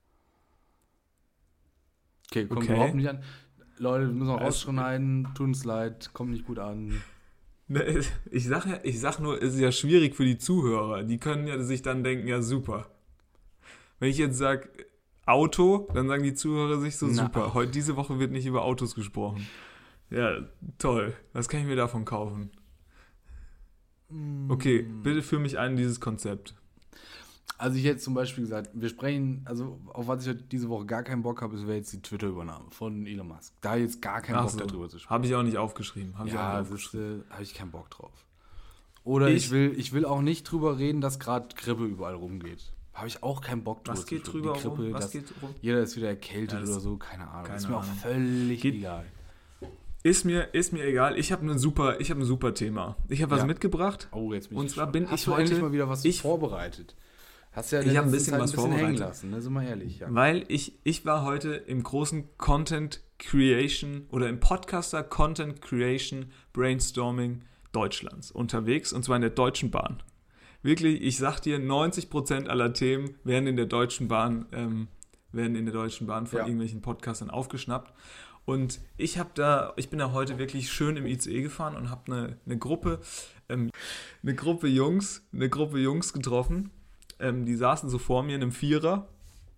Okay, kommt Okay. überhaupt nicht an. Leute, wir müssen auch Also- rausschneiden. Tut uns leid, kommt nicht gut an. Ne, Ich sag, ja, ich sag nur, es ist ja schwierig für die Zuhörer. Die können ja sich dann denken, ja super. Wenn ich jetzt sage Auto, dann sagen die Zuhörer sich so, Na. super. Heute, diese Woche wird nicht über Autos gesprochen. Ja, toll. Was kann ich mir davon kaufen? Okay, bitte führ mich ein in dieses Konzept. Also ich hätte zum Beispiel gesagt, wir sprechen, also auf was ich heute diese Woche gar keinen Bock habe, ist wäre jetzt die Twitter-Übernahme von Elon Musk. Da habe ich jetzt gar keinen Ach Bock so. darüber zu sprechen. Habe ich auch nicht aufgeschrieben. Hab ich Ja, auch das nicht aufgeschrieben. äh, habe ich keinen Bock drauf. Oder ich, Ich- will, ich will auch nicht drüber reden, dass gerade Grippe überall rumgeht. Habe ich auch keinen Bock drüber Was geht zu drüber Die Grippe, rum? Was dass geht rum? jeder ist wieder erkältet Ja, das- oder so, keine Ahnung. keine ist mir auch Ahnung. völlig Geht- egal. Ist mir, ist mir egal. Ich habe ein super, ich habe ein super Thema. Ich habe was Ja. mitgebracht. Oh, jetzt bin Und ich zwar gespannt. bin Hast ich du heute- endlich mal wieder was ich- vorbereitet. Hast ja in Ich der hab ein letzten bisschen Zeit was hängen vorbereitet. lassen, ne? Sind wir ehrlich, ja. Weil ich, ich war heute im großen Content Creation oder im Podcaster Content Creation Brainstorming Deutschlands unterwegs, und zwar in der Deutschen Bahn. Wirklich, ich sag dir, neunzig Prozent aller Themen werden in der Deutschen Bahn, ähm, werden in der Deutschen Bahn von Ja. irgendwelchen Podcastern aufgeschnappt. Und ich habe da, ich bin da heute wirklich schön im I C E gefahren und habe eine, eine Gruppe, ähm, eine Gruppe Jungs, eine Gruppe Jungs getroffen. Ähm, die saßen so vor mir in einem Vierer.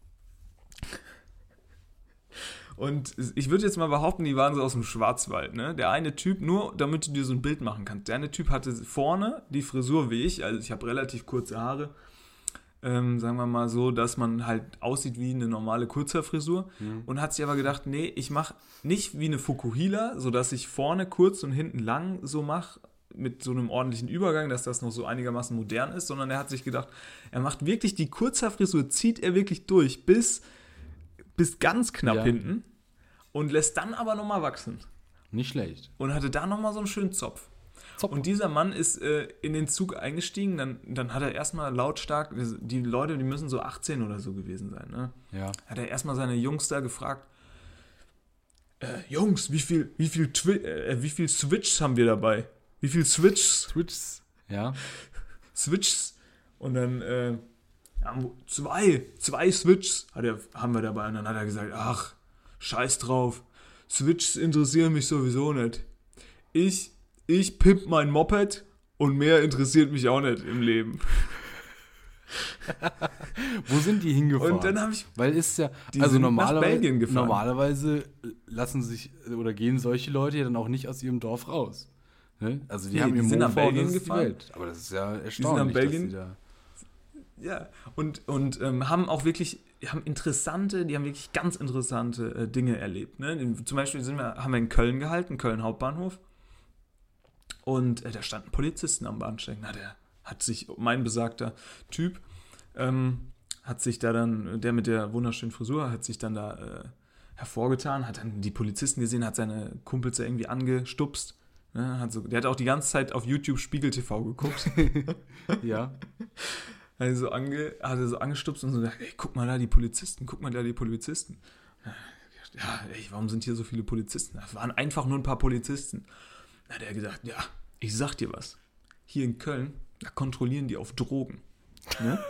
Und ich würde jetzt mal behaupten, die waren so aus dem Schwarzwald, ne? Der eine Typ, nur damit du dir so ein Bild machen kannst, der eine Typ hatte vorne die Frisur wie ich, also ich habe relativ kurze Haare, ähm, sagen wir mal so, dass man halt aussieht wie eine normale Kurzhaarfrisur, Mhm. und hat sich aber gedacht, nee, ich mache nicht wie eine Fukuhila, sodass ich vorne kurz und hinten lang so mache, mit so einem ordentlichen Übergang, dass das noch so einigermaßen modern ist, sondern er hat sich gedacht, er macht wirklich die Kurzhaarfrisur, zieht er wirklich durch bis, bis ganz knapp Ja. hinten und lässt dann aber nochmal wachsen. Nicht schlecht. Und hatte da nochmal so einen schönen Zopf. Zopf. Und dieser Mann ist äh, in den Zug eingestiegen, dann, dann hat er erstmal lautstark, die Leute, die müssen so achtzehn oder so gewesen sein, ne? Ja. Hat er erstmal seine Jungs da gefragt, äh, Jungs, wie viel, wie viel, Twi- äh, wie viel Switches haben wir dabei? Wie viel Switches? Twitch. Ja. Switches? Und dann, äh, ja, zwei, zwei Switches hat er, haben wir dabei. Und dann hat er gesagt, ach, scheiß drauf, Switches interessieren mich sowieso nicht. Ich, ich pimp mein Moped und mehr interessiert mich auch nicht im Leben. Wo sind die hingefahren? Und dann habe ich, Weil ist ja, Die also sind nach normalerweise, Belgien gefahren. normalerweise lassen sich oder gehen solche Leute ja dann auch nicht aus ihrem Dorf raus. Ne? Also die Nee, haben die ihr sind nach Mofa und Belgien das ist die gefahren. Welt. Aber das ist ja erstaunlich, Belgien. dass die da. ja, und, und ähm, haben auch wirklich, haben interessante, die haben wirklich ganz interessante äh, Dinge erlebt. Ne? In, zum Beispiel sind wir, haben wir in Köln gehalten, Köln Hauptbahnhof. Und äh, da standen Polizisten am Bahnsteig. Na, der hat sich, mein besagter Typ, ähm, hat sich da dann, der mit der wunderschönen Frisur, hat sich dann da äh, hervorgetan, hat dann die Polizisten gesehen, hat seine Kumpels da irgendwie angestupst. Ne? Hat so, der hat auch die ganze Zeit auf YouTube Spiegel T V geguckt. Ja. Also ange, hat er so angestupst und so gesagt, ey, guck mal da die Polizisten, guck mal da die Polizisten. Ja, ey, warum sind hier so viele Polizisten? Das waren einfach nur ein paar Polizisten. Da hat er gesagt, ja, ich sag dir was. Hier in Köln, da kontrollieren die auf Drogen. Ne?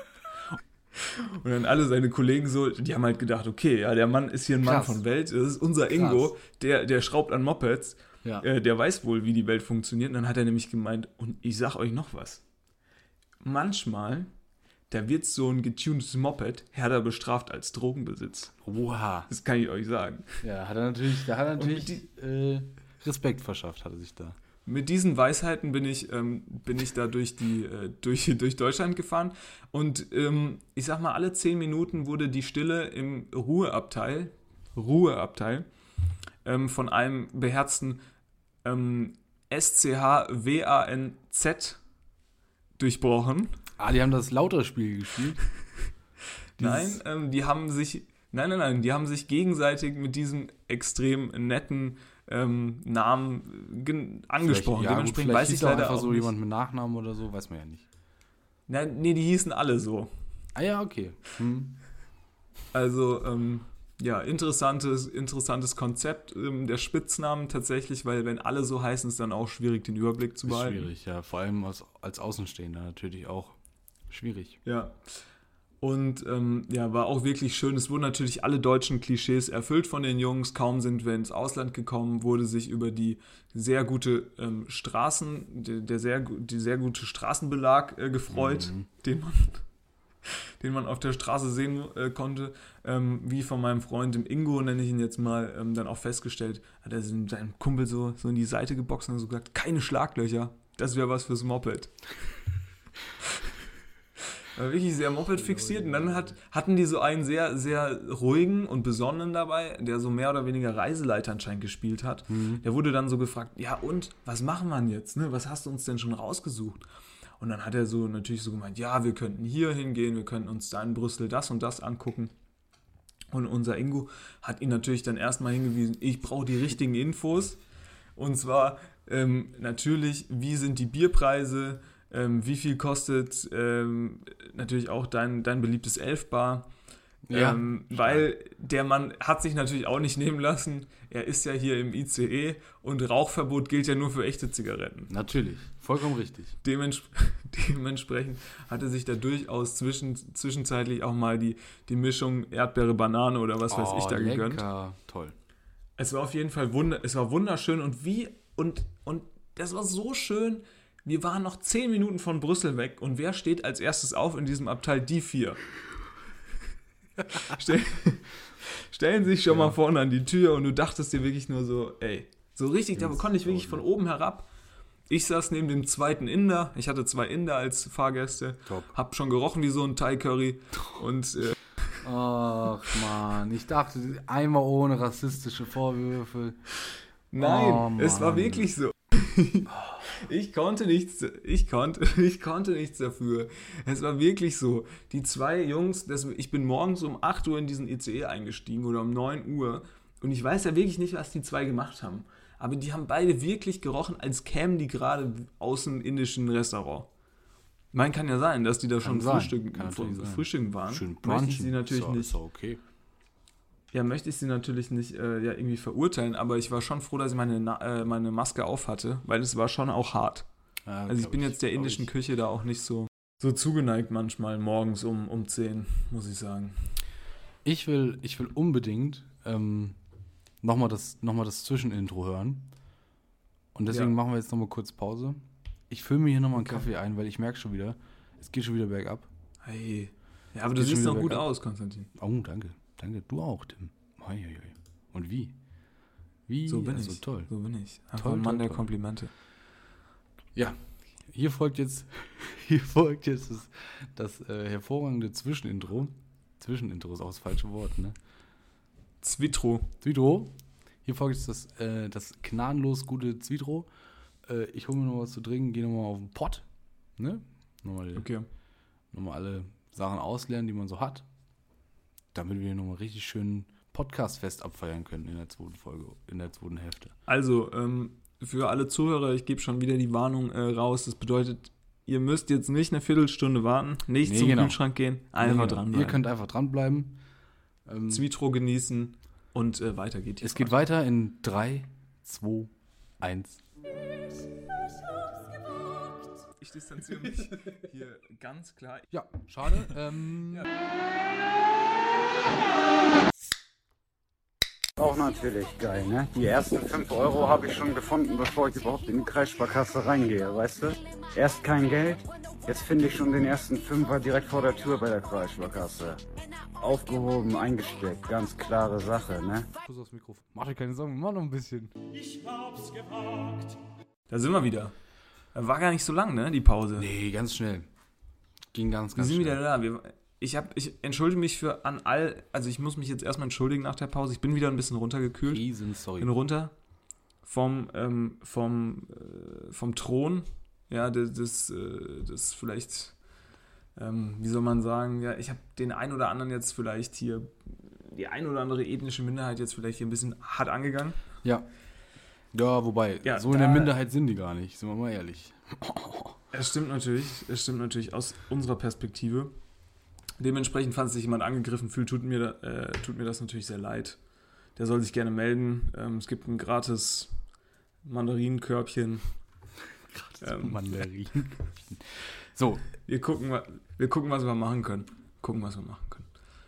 Und dann alle seine Kollegen so, die haben halt gedacht, okay, ja, der Mann ist hier ein Mann Krass. von Welt, das ist unser Ingo, der, der schraubt an Mopeds, Ja. äh, der weiß wohl, wie die Welt funktioniert. Und dann hat er nämlich gemeint, und ich sag euch noch was. Manchmal, da wird so ein getunedes Moped härter bestraft als Drogenbesitz. Oha. Das kann ich euch sagen. Ja, hat er natürlich, da hat er Und natürlich äh, Respekt verschafft, hat er sich da. Mit diesen Weisheiten bin ich, ähm, bin ich da durch, die, äh, durch, durch Deutschland gefahren. Und ähm, ich sag mal, alle zehn Minuten wurde die Stille im Ruheabteil, Ruheabteil ähm, von einem beherzten ähm, S C H W A N Z durchbrochen. Ah, die haben das Lauter-Spiel gespielt. Nein, Dieses- ähm, die haben sich, nein, nein, nein, die haben sich gegenseitig mit diesem extrem netten ähm, Namen gen- angesprochen. Vielleicht- ja, gut, Dementsprechend vielleicht weiß hieß ich da auch leider einfach auch so nicht. jemand mit Nachnamen oder so, weiß man ja nicht. Nein, nee, die hießen alle so. Ah ja, okay. Hm. Also, ähm, ja, interessantes, interessantes Konzept ähm, der Spitznamen tatsächlich, weil wenn alle so heißen, ist es dann auch schwierig, den Überblick zu Ist behalten. schwierig, ja. Vor allem als, als Außenstehender natürlich auch schwierig. Ja. Und ähm, ja, war auch wirklich schön. Es wurden natürlich alle deutschen Klischees erfüllt von den Jungs. Kaum sind wir ins Ausland gekommen, wurde sich über die sehr gute ähm, Straßen, der, der sehr, gu- die sehr gute Straßenbelag äh, gefreut, Mhm. den man, den man auf der Straße sehen äh, konnte. Ähm, wie von meinem Freund, dem Ingo, nenne ich ihn jetzt mal, ähm, dann auch festgestellt, hat er seinen Kumpel so, so in die Seite geboxt und so gesagt, keine Schlaglöcher, das wäre was fürs Moped. War wirklich sehr Moped fixiert. Und dann hat, hatten die so einen sehr, sehr ruhigen und besonnenen dabei, der so mehr oder weniger Reiseleiter anscheinend gespielt hat. Mhm. Der wurde dann so gefragt, ja und, was machen wir denn jetzt? Ne? Was hast du uns denn schon rausgesucht? Und dann hat er so natürlich so gemeint, ja, wir könnten hier hingehen, wir könnten uns da in Brüssel das und das angucken. Und unser Ingo hat ihn natürlich dann erstmal hingewiesen, ich brauche die richtigen Infos. Und zwar ähm, natürlich, wie sind die Bierpreise, ähm, wie viel kostet ähm, natürlich auch dein, dein beliebtes Elfbar. Ja, ähm, weil der Mann hat sich natürlich auch nicht nehmen lassen. Er ist ja hier im I C E und Rauchverbot gilt ja nur für echte Zigaretten. Natürlich, vollkommen richtig. Dements- dementsprechend hat er sich da durchaus zwischen, zwischenzeitlich auch mal die, die Mischung Erdbeere, Banane oder was weiß Oh, ich da gegönnt. lecker, toll. Es war auf jeden Fall wunder, es war wunderschön und wie und, und das war so schön. Wir waren noch zehn Minuten von Brüssel weg und wer steht als erstes auf in diesem Abteil? Die vier. Stell, stellen sich schon Ja. mal vorne an die Tür und du dachtest dir wirklich nur so, ey, so richtig, da Ins konnte ich wirklich Boden. von oben herab. Ich saß neben dem zweiten Inder, ich hatte zwei Inder als Fahrgäste, Top. hab schon gerochen wie so ein Thai-Curry und äh, Ach man, ich dachte, einmal ohne rassistische Vorwürfe. nein, Oh, es war Mann. wirklich so. Ich konnte nichts, ich konnte, ich konnte nichts dafür. Es war wirklich so. Die zwei Jungs, das, ich bin morgens um acht Uhr in diesen I C E eingestiegen oder um neun Uhr und ich weiß ja wirklich nicht, was die zwei gemacht haben. Aber die haben beide wirklich gerochen, als kämen die gerade aus einem indischen Restaurant. Man kann ja sein, dass die da schon sein, frühstücken, kann natürlich sein. frühstücken waren. Schön Möchte ich brunchen. sie natürlich ist doch, nicht. Ist doch okay. Ja, möchte ich sie natürlich nicht äh, ja, irgendwie verurteilen, aber ich war schon froh, dass ich meine, Na- äh, meine Maske auf hatte, weil es war schon auch hart. Ja, Also ich glaub bin jetzt der glaub indischen ich. Küche da auch nicht so, so zugeneigt manchmal morgens um, um zehn, muss ich sagen. Ich will, ich will unbedingt ähm, nochmal das, noch mal das Zwischenintro hören. Und deswegen Ja. machen wir jetzt nochmal kurz Pause. Ich fülle mir hier nochmal einen Okay. Kaffee ein, weil ich merke schon wieder, es geht schon wieder bergab. Hey. Ja, aber du Geht schon siehst wieder noch gut bergab. aus, Konstantin. Oh, danke. Danke. Du auch, Tim. Hei, hei, hei. Und wie? Wie? So bin also, ich. toll. So bin ich. Einfach Toll, ein Mann toll, der toll. Komplimente. Ja, hier folgt jetzt, hier folgt jetzt das, das äh, hervorragende Zwischenintro. Zwischenintro ist auch das falsche Wort, ne? Zwitro. Zwitro. Hier folgt jetzt das, äh, das gnadenlos gute Zwitro. Äh, ich hole mir noch was zu trinken, gehe nochmal auf den Pott. Ne? Nochmal, Okay. nochmal alle Sachen auslernen, die man so hat. Damit wir nochmal richtig schön Podcast-Fest abfeiern können in der zweiten Folge, in der zweiten Hälfte. Also, ähm, für alle Zuhörer, ich gebe schon wieder die Warnung äh, raus. Das bedeutet, ihr müsst jetzt nicht eine Viertelstunde warten, nicht Nee, zum genau. Kühlschrank gehen, einfach Nee, genau. dranbleiben. Ihr könnt einfach dranbleiben. Ähm, Zwitro genießen und äh, weiter geht die es Fahrt. geht weiter in drei, zwei, eins. Ich distanziere mich hier ganz klar. Ja, schade. ähm, Auch natürlich geil, ne? Die ersten fünf Euro habe ich schon gefunden, bevor ich überhaupt in die Kreissparkasse reingehe, weißt du? Erst kein Geld, jetzt finde ich schon den ersten Fünfer direkt vor der Tür bei der Kreissparkasse. Aufgehoben, eingesteckt, ganz klare Sache, ne? Schuss aufs Mikrofon. Mach dir keine Sorgen, mach noch ein bisschen. Da sind wir wieder. War gar nicht so lang, ne, die Pause. Nee, ganz schnell. Ging ganz, Wir ganz sind schnell. wieder da. Wir, ich, hab, ich entschuldige mich für an all, also ich muss mich jetzt erstmal entschuldigen nach der Pause. Ich bin wieder ein bisschen runtergekühlt. Riesen sorry. Bin runter vom, ähm, vom, äh, vom Thron. Ja, das, das, äh, das vielleicht, ähm, wie soll man sagen, ja, ich habe den ein oder anderen jetzt vielleicht hier, die ein oder andere ethnische Minderheit jetzt vielleicht hier ein bisschen hart angegangen. Ja. Ja, wobei, Ja, so in der da- Minderheit sind die gar nicht, sind wir mal ehrlich. Es stimmt natürlich, es stimmt natürlich aus unserer Perspektive. Dementsprechend, falls sich jemand angegriffen fühlt, tut mir, äh, tut mir das natürlich sehr leid. Der soll sich gerne melden. Ähm, es gibt ein gratis Mandarinenkörbchen. Ähm, Mandarin. So, wir, gucken, wa- wir gucken, was wir machen können. Gucken, was wir machen können.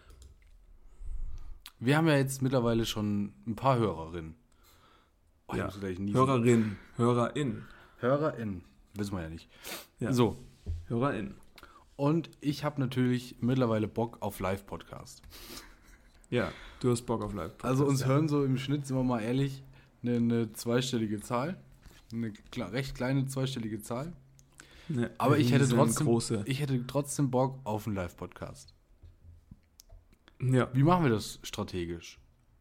wir haben ja jetzt mittlerweile schon ein paar Hörerinnen. Oh, ich Ja. muss gleich niesen. Hörerin, Hörerin, HörerInnen. Wissen wir ja nicht. Ja. So, Hörerin. und ich habe natürlich mittlerweile Bock auf Live-Podcast. Ja, du hast Bock auf Live. Also uns ja. hören so im Schnitt, sind wir mal ehrlich, eine, eine zweistellige Zahl. Eine kle- recht kleine zweistellige Zahl. Ne, Aber ich hätte, trotzdem, große. ich hätte trotzdem Bock auf einen Live-Podcast. Ja. Wie machen wir das strategisch?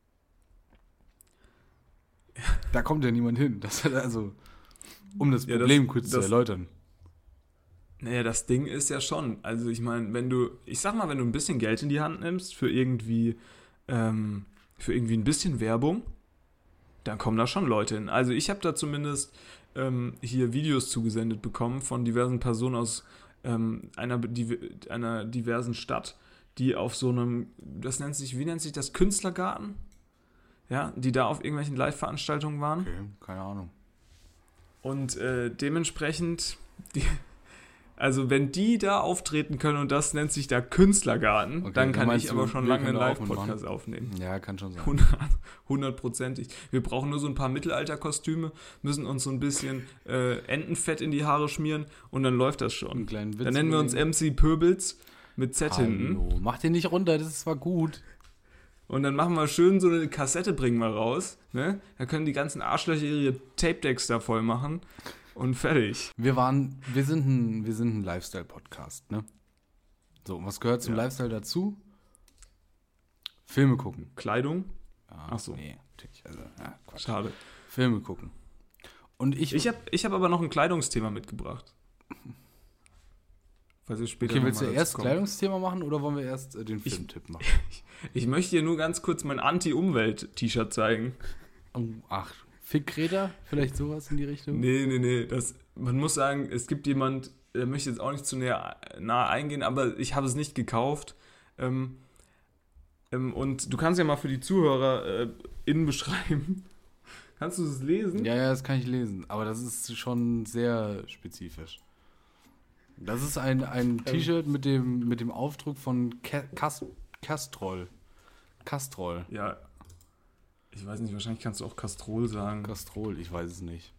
Da kommt ja niemand hin. Das hat also, um das Ja, Problem das- kurz das- zu erläutern. Naja, das Ding ist ja schon, also ich meine, wenn du, ich sag mal, wenn du ein bisschen Geld in die Hand nimmst für irgendwie, ähm, für irgendwie ein bisschen Werbung, dann kommen da schon Leute hin. Also ich habe da zumindest ähm, hier Videos zugesendet bekommen von diversen Personen aus ähm, einer, die, einer diversen Stadt, die auf so einem, das nennt sich, wie nennt sich das, Künstlergarten? Ja, die da auf irgendwelchen Live-Veranstaltungen waren. Okay, keine Ahnung. Und äh, dementsprechend, die, also wenn die da auftreten können und das nennt sich da Künstlergarten, Okay, dann du kann meinst, ich aber wir- schon wir lange können einen da auch Live-Podcast mitmachen? aufnehmen. Ja, kann schon sein. Hundert- Hundertprozentig. Wir brauchen nur so ein paar Mittelalterkostüme, müssen uns so ein bisschen äh, Entenfett in die Haare schmieren und dann läuft das schon. Einen kleinen Witz Dann nennen wir uns überlegen. M C Pöbels mit Z hinten. Hallo, mach den nicht runter, das war gut. Und dann machen wir schön so eine Kassette, bringen wir raus. Ne? Da können die ganzen Arschlöcher ihre Tape-Decks da voll machen und fertig. Wir waren, wir sind ein, wir sind ein Lifestyle-Podcast, ne? So, und was gehört zum Ja. Lifestyle dazu? Filme gucken. Kleidung? Ja, Ach so. Nee, natürlich. Also, ja, Quatsch. Schade. Filme gucken. Und ich. Ich habe ich hab aber noch ein Kleidungsthema mitgebracht. Falls wir später okay, noch willst mal du dazu erst kommen. Kleidungsthema machen oder wollen wir erst äh, den Ich- Filmtipp machen? Ich möchte dir nur ganz kurz mein Anti-Umwelt-T-Shirt zeigen. Oh, ach, Fickräder? Vielleicht sowas in die Richtung? Nee, nee, nee. Das, man muss sagen, es gibt jemand, der möchte jetzt auch nicht zu näher, nahe eingehen, aber ich habe es nicht gekauft. Ähm, ähm, und du kannst ja mal für die Zuhörer äh, innen beschreiben. Kannst du es lesen? Ja, ja, das kann ich lesen. Aber das ist schon sehr spezifisch. Das ist ein, ein T-Shirt mit dem, mit dem Aufdruck von Ca- Cas- Castrol. Castrol. Ja. Ich weiß nicht, wahrscheinlich kannst du auch Castrol sagen. Castrol, ich weiß es nicht.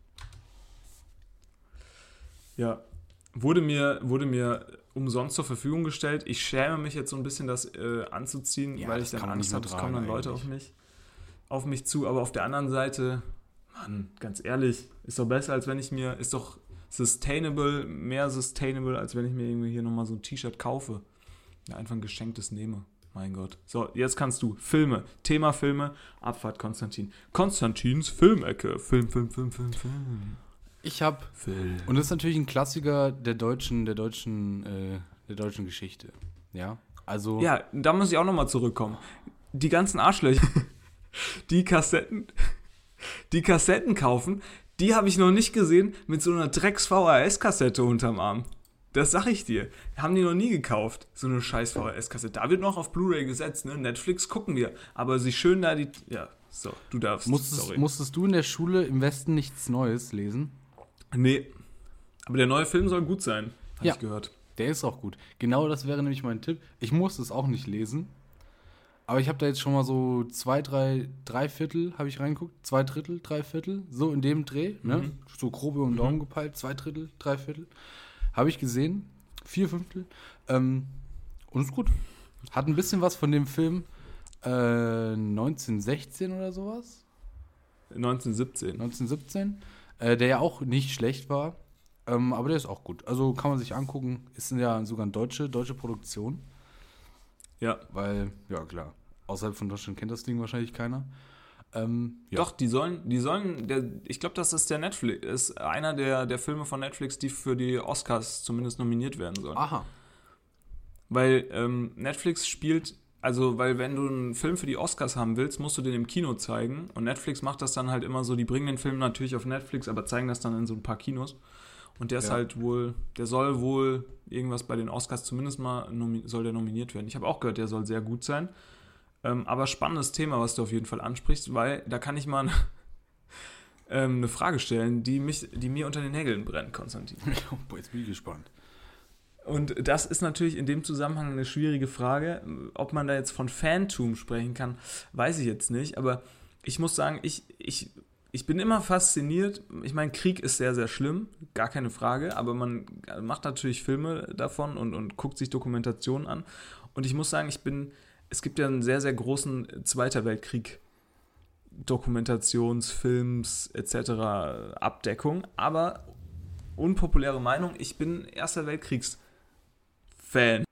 Ja. Wurde mir, wurde mir umsonst zur Verfügung gestellt. Ich schäme mich jetzt so ein bisschen, das äh, anzuziehen, Ja, weil das ich dann kann man Angst nicht habe, es mehr kommen dann tragen Leute auf eigentlich. mich, auf mich zu. Aber auf der anderen Seite, Mann, ganz ehrlich, ist doch besser, als wenn ich mir, ist doch sustainable, mehr sustainable, als wenn ich mir irgendwie hier nochmal so ein T-Shirt kaufe. Ja, einfach ein geschenktes nehme. Mein Gott. So, jetzt kannst du. Filme. Thema Filme. Abfahrt Konstantin. Konstantins Filmecke. Film, Film, Film, Film, Film. Ich habe Film. Und das ist natürlich ein Klassiker der deutschen, der deutschen, äh, der deutschen Geschichte. Ja. Also. Ja, da muss ich auch nochmal zurückkommen. Die ganzen Arschlöcher, die Kassetten, die Kassetten kaufen, die habe ich noch nicht gesehen mit so einer Drecks-V H S-Kassette unterm Arm. Das sag ich dir. Haben die noch nie gekauft, so eine scheiß V H S-Kassette. Da wird noch auf Blu-ray gesetzt, ne? Netflix gucken wir. Aber sie schön da die... Ja, so, du darfst. Musstest, Sorry. musstest du in der Schule im Westen nichts Neues lesen? Nee. Aber der neue Film soll gut sein, habe Ja. ich gehört. Der ist auch gut. Genau das wäre nämlich mein Tipp. Ich musste es auch nicht lesen. Aber ich habe da jetzt schon mal so zwei, drei, drei Viertel habe ich reingeguckt. Zwei Drittel, drei Viertel. So in dem Dreh. Ne? Mhm. So grob über den Daumen gepeilt. Zwei Drittel, drei Viertel. Habe ich gesehen. Vier Fünftel. Ähm, und ist gut. Hat ein bisschen was von dem Film äh, neunzehnhundertsechzehn oder sowas. neunzehnhundertsiebzehn. neunzehnhundertsiebzehn. Äh, der ja auch nicht schlecht war. Ähm, aber der ist auch gut. Also kann man sich angucken. Ist ja sogar eine deutsche, deutsche Produktion. Ja. Weil, ja klar, außerhalb von Deutschland kennt das Ding wahrscheinlich keiner. Ähm, ja. Doch, die sollen, die sollen, der, ich glaube, das ist der Netflix, ist einer der, der Filme von Netflix, die für die Oscars zumindest nominiert werden sollen. Aha. Weil ähm, Netflix spielt, also weil wenn du einen Film für die Oscars haben willst, musst du den im Kino zeigen. Und Netflix macht das dann halt immer so, die bringen den Film natürlich auf Netflix, aber zeigen das dann in so ein paar Kinos. Und der ist Ja. halt wohl, der soll wohl irgendwas bei den Oscars zumindest mal, nomi- soll der nominiert werden. Ich habe auch gehört, der soll sehr gut sein. Ähm, aber spannendes Thema, was du auf jeden Fall ansprichst, weil da kann ich mal ähm, eine Frage stellen, die, mich, die mir unter den Nägeln brennt, Konstantin. Boah, jetzt bin ich gespannt. Und das ist natürlich in dem Zusammenhang eine schwierige Frage. Ob man da jetzt von Fantum sprechen kann, weiß ich jetzt nicht. Aber ich muss sagen, ich, ich, ich bin immer fasziniert. Ich meine, Krieg ist sehr, sehr schlimm, gar keine Frage. Aber man macht natürlich Filme davon und, und guckt sich Dokumentationen an. Und ich muss sagen, ich bin, es gibt ja einen sehr, sehr großen Zweiter Weltkrieg Dokumentations-, Films et cetera Abdeckung. Aber unpopuläre Meinung, ich bin Erster Weltkriegs-Fan.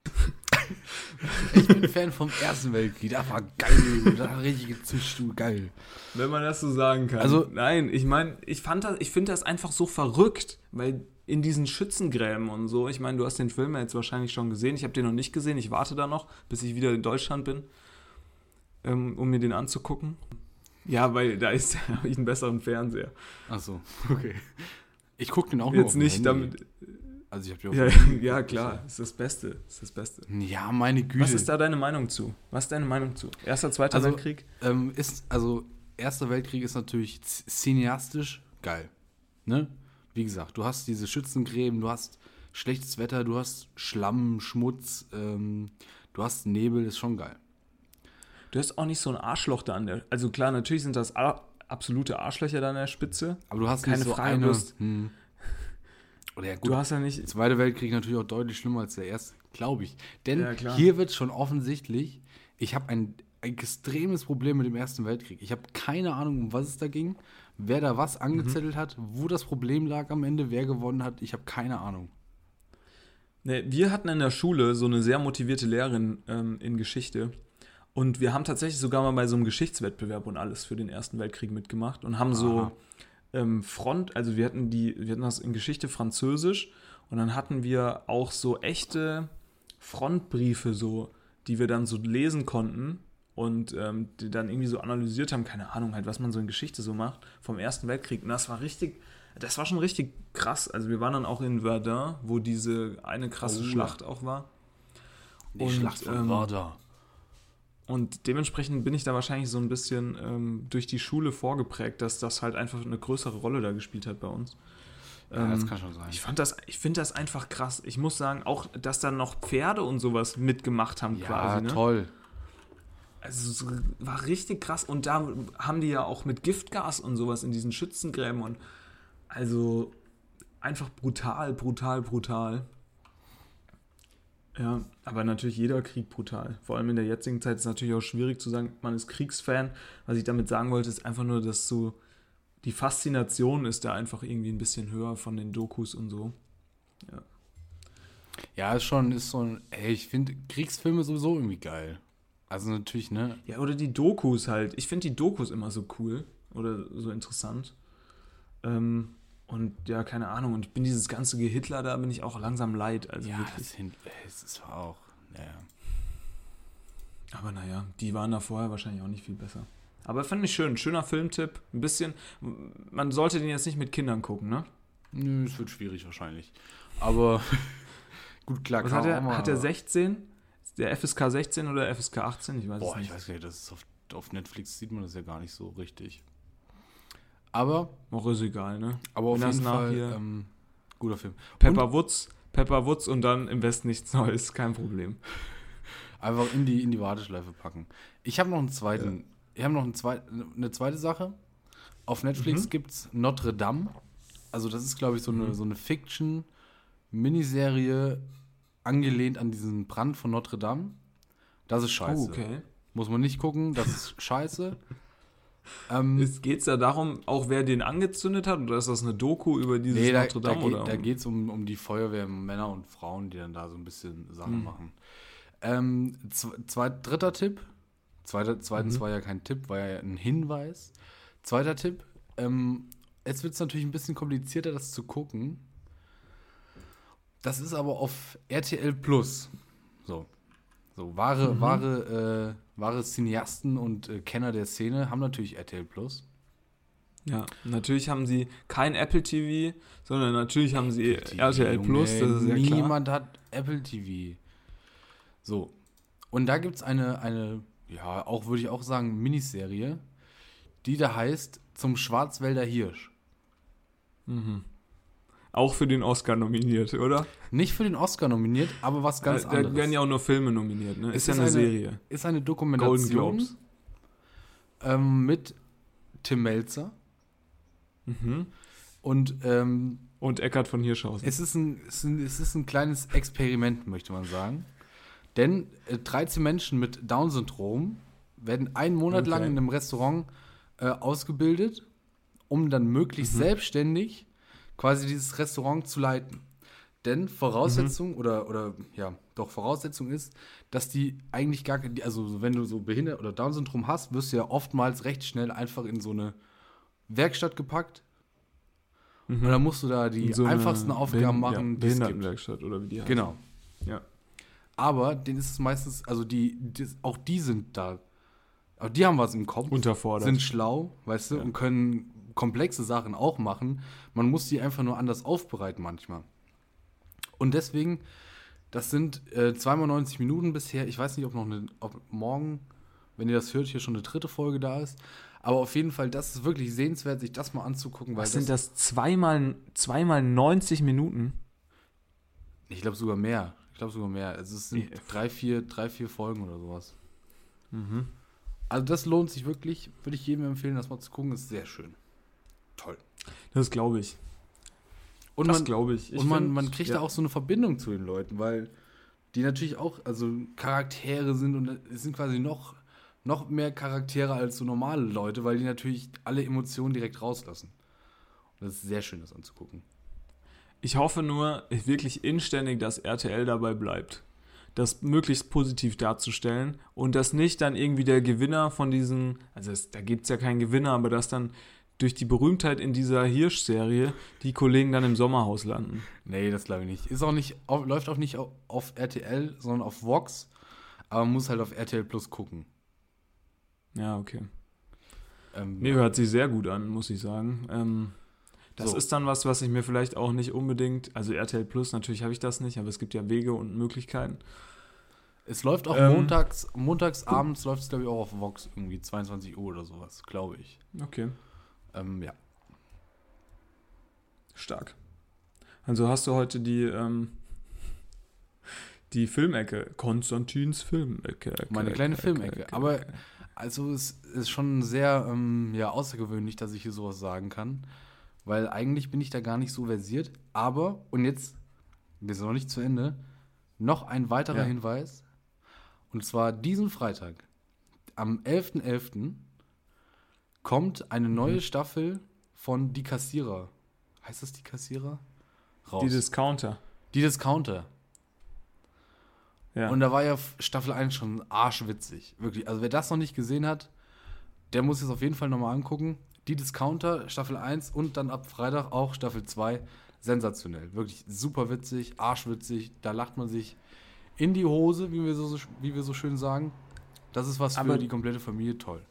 Ich bin Fan vom Ersten Weltkrieg. Das war geil. Das war richtig gezischt, du, geil. Wenn man das so sagen kann. Also- Nein, ich meine, ich fand das, ich finde das einfach so verrückt, weil in diesen Schützengräben und so, ich meine, du hast den Film ja jetzt wahrscheinlich schon gesehen, ich habe den noch nicht gesehen, ich warte da noch, bis ich wieder in Deutschland bin, ähm, um mir den anzugucken. Ja, weil da ist da habe ich einen besseren Fernseher. Achso, okay. Ich gucke den auch nur auf Jetzt dem nicht Handy. damit. Also ich hab die auf Ja, dem Handy. ja, klar, ist das Beste, ist das Beste. Ja, meine Güte. Was ist da deine Meinung zu? Was ist deine Meinung zu? Erster, Zweiter Also, Weltkrieg? Ähm, ist, also, Erster Weltkrieg ist natürlich z- cineastisch geil. Ne? Wie gesagt, du hast diese Schützengräben, du hast schlechtes Wetter, du hast Schlamm, Schmutz, ähm, du hast Nebel, ist schon geil. Du hast auch nicht so ein Arschloch da an der. Also klar, natürlich sind das a- absolute Arschlöcher da an der Spitze. Aber du hast Keine nicht so Frage, eine... du hast- Hm. Oder ja, gut, Du hast ja nicht. der Zweite Weltkrieg natürlich auch deutlich schlimmer als der Erste, glaube ich. Denn Ja, klar. hier wird schon offensichtlich, ich habe ein, ein extremes Problem mit dem Ersten Weltkrieg. Ich habe keine Ahnung, um was es da ging, wer da was angezettelt hat, wo das Problem lag am Ende, wer gewonnen hat. Ich habe keine Ahnung. Ne, wir hatten in der Schule so eine sehr motivierte Lehrerin ähm, in Geschichte. Und wir haben tatsächlich sogar mal bei so einem Geschichtswettbewerb und alles für den Ersten Weltkrieg mitgemacht und haben so Aha. ähm, Front, also wir hatten die, wir hatten das in Geschichte Französisch und dann hatten wir auch so echte Frontbriefe, so, die wir dann so lesen konnten und ähm, die dann irgendwie so analysiert haben, keine Ahnung, halt, was man so in Geschichte so macht, vom Ersten Weltkrieg. Und das war richtig, das war schon richtig krass. Also wir waren dann auch in Verdun, wo diese eine krasse Oh. Schlacht auch war. Die Und, Schlacht von ähm, Verdun. Und dementsprechend bin ich da wahrscheinlich so ein bisschen ähm, durch die Schule vorgeprägt, dass das halt einfach eine größere Rolle da gespielt hat bei uns. Ja, das Ähm, kann schon sein. Ich fand das, ich finde das einfach krass. Ich muss sagen, auch, dass da noch Pferde und sowas mitgemacht haben Ja, quasi. Ne? toll. Also es war richtig krass. Und da haben die ja auch mit Giftgas und sowas in diesen Schützengräben und also einfach brutal, brutal, brutal. Ja, aber natürlich jeder Krieg brutal. Vor allem in der jetzigen Zeit ist es natürlich auch schwierig zu sagen, man ist Kriegsfan. Was ich damit sagen wollte, ist einfach nur, dass so die Faszination ist da einfach irgendwie ein bisschen höher von den Dokus und so. Ja. Ja, ist schon, ist so ein, ey, ich finde Kriegsfilme sowieso irgendwie geil. Also natürlich, ne? Ja, oder die Dokus halt. Ich finde die Dokus immer so cool oder so interessant. Ähm, und ja, keine Ahnung. Und ich bin dieses ganze Hitler, da bin ich auch langsam leid. Also Ja, wirklich. das, hin, es ist auch, naja. Aber naja, die waren da vorher wahrscheinlich auch nicht viel besser. Aber fand ich schön. Schöner Filmtipp. Ein bisschen. Man sollte den jetzt nicht mit Kindern gucken, ne? Nö, es wird schwierig wahrscheinlich. Aber gut, klar, Was kann hat man er? auch mal- Hat er sechzehn? Der F S K sechzehn oder F S K achtzehn? Ich weiß Boah, es nicht. ich weiß gar nicht, das ist auf, auf Netflix sieht man das ja gar nicht so richtig. Aber, Auch ist egal, ne? aber auf Wenn das jeden nach Fall hier- ähm, guter Film. Pepper Woods, Pepper Woods und dann im Westen nichts Neues. Kein Problem. Einfach in die, in die Warteschleife packen. Ich habe noch einen zweiten, ich habe noch einen zweit, eine zweite Sache. Auf Netflix Mhm. gibt's Notre Dame. Also das ist, glaube ich, so eine, Mhm. so eine Fiction-Miniserie angelehnt an diesen Brand von Notre Dame. Das ist scheiße. Oh, okay. Muss man nicht gucken, das ist scheiße. ähm, Geht es da darum, auch wer den angezündet hat? Oder ist das eine Doku über dieses nee, da, Notre da, Dame? geht, oder? da geht es um, um die Feuerwehrmänner und Frauen, die dann da so ein bisschen Sachen Mhm. machen. Ähm, zwe- zweit, dritter Tipp. Zweiter, zweitens Mhm. war ja kein Tipp, war ja ein Hinweis. Zweiter Tipp. Ähm, jetzt wird es natürlich ein bisschen komplizierter, das zu gucken. Das ist aber auf R T L Plus. So. So, wahre, Mhm. wahre, äh, wahre Cineasten und äh, Kenner der Szene haben natürlich R T L Plus. Ja, natürlich haben sie kein Apple T V, sondern natürlich haben sie Apple T V, R T L Plus, Junge, das ist ja klar. Niemand hat Apple T V. So. Und da gibt es eine, eine, ja, auch würde ich auch sagen, Miniserie, die da heißt Zum Schwarzwälder Hirsch. Mhm. Auch für den Oscar nominiert, oder? Nicht für den Oscar nominiert, aber was ganz da, anderes. da werden ja auch nur Filme nominiert, ne? Es Ist ja ist eine, eine- Serie. Ist eine Golden Dokumentation Globes. ähm, mit Tim Melzer Mhm. und ähm, Und Eckhard von Hirschhausen. es, ist ein, es, ist ein, es ist ein kleines Experiment, möchte man sagen. Denn äh, dreizehn Menschen mit Down-Syndrom werden einen Monat lang Okay. in einem Restaurant äh, ausgebildet, um dann möglichst Mhm. selbstständig quasi dieses Restaurant zu leiten. Denn Voraussetzung, mhm. oder, oder ja, doch Voraussetzung ist, dass die eigentlich gar keine, also wenn du so Behindert- oder Down-Syndrom hast, wirst du ja oftmals recht schnell einfach in so eine Werkstatt gepackt. Mhm. Und dann musst du da die so einfachsten Aufgaben machen, ja, die es gibt. Behindertenwerkstatt oder wie die heißt. Genau. Ja. Aber denen ist es meistens, also die, die, auch die sind da, auch die haben was im Kopf. Unterfordert. Sind schlau, weißt du, ja. und können komplexe Sachen auch machen. Man muss die einfach nur anders aufbereiten manchmal. Und deswegen, das sind äh, zweimal neunzig Minuten bisher. Ich weiß nicht, ob noch eine, ob morgen, wenn ihr das hört, hier schon eine dritte Folge da ist. Aber auf jeden Fall, das ist wirklich sehenswert, sich das mal anzugucken. Weil Was sind das? Zweimal, zweimal neunzig Minuten? Ich glaube sogar mehr. Ich glaube sogar mehr. Also es sind drei, vier, drei, vier Folgen oder sowas. Mhm. Also das lohnt sich wirklich. Würde ich jedem empfehlen, das mal zu gucken. Ist sehr schön. Toll. Das glaube ich. Und das man, glaube ich. ich. Und man, find, man kriegt ja. da auch so eine Verbindung zu den Leuten, weil die natürlich auch also Charaktere sind und es sind quasi noch, noch mehr Charaktere als so normale Leute, weil die natürlich alle Emotionen direkt rauslassen. Und das ist sehr schön, das anzugucken. Ich hoffe nur wirklich inständig, dass R T L dabei bleibt. Das möglichst positiv darzustellen und dass nicht dann irgendwie der Gewinner von diesen, also es, da gibt es ja keinen Gewinner, aber dass dann durch die Berühmtheit in dieser Hirsch-Serie die Kollegen dann im Sommerhaus landen. Nee, das glaube ich nicht. Ist auch nicht, auf, läuft auch nicht auf, auf R T L, sondern auf Vox, aber man muss halt auf R T L Plus gucken. Ja, okay. Ähm, Mir hört sich sehr gut an, muss ich sagen. Ähm, das so. ist dann was, was ich mir vielleicht auch nicht unbedingt, also R T L Plus, natürlich habe ich das nicht, aber es gibt ja Wege und Möglichkeiten. Es läuft auch ähm, montags, montags abends läuft es glaube ich auch auf Vox, irgendwie zweiundzwanzig Uhr oder sowas, glaube ich. Okay. Ähm, ja. Stark. Also hast du heute die, ähm, die Filmecke, Konstantins Filmecke. Meine kleine Filmecke. Aber also es ist schon sehr ähm, ja, außergewöhnlich, dass ich hier sowas sagen kann. Weil eigentlich bin ich da gar nicht so versiert. Aber, und jetzt, wir sind noch nicht zu Ende, noch ein weiterer ja. Hinweis. Und zwar diesen Freitag, am elften elften kommt eine neue mhm. Staffel von Die Kassierer. Heißt das Die Kassierer? Raus. Die Discounter. Die Discounter. Ja. Und da war ja Staffel eins schon arschwitzig. Wirklich. Also wer das noch nicht gesehen hat, der muss es auf jeden Fall nochmal angucken. Die Discounter, Staffel eins und dann ab Freitag auch Staffel zwei. Sensationell. Wirklich super witzig, arschwitzig. Da lacht man sich in die Hose, wie wir so, wie wir so schön sagen. Das ist was für Aber die komplette Familie. Toll.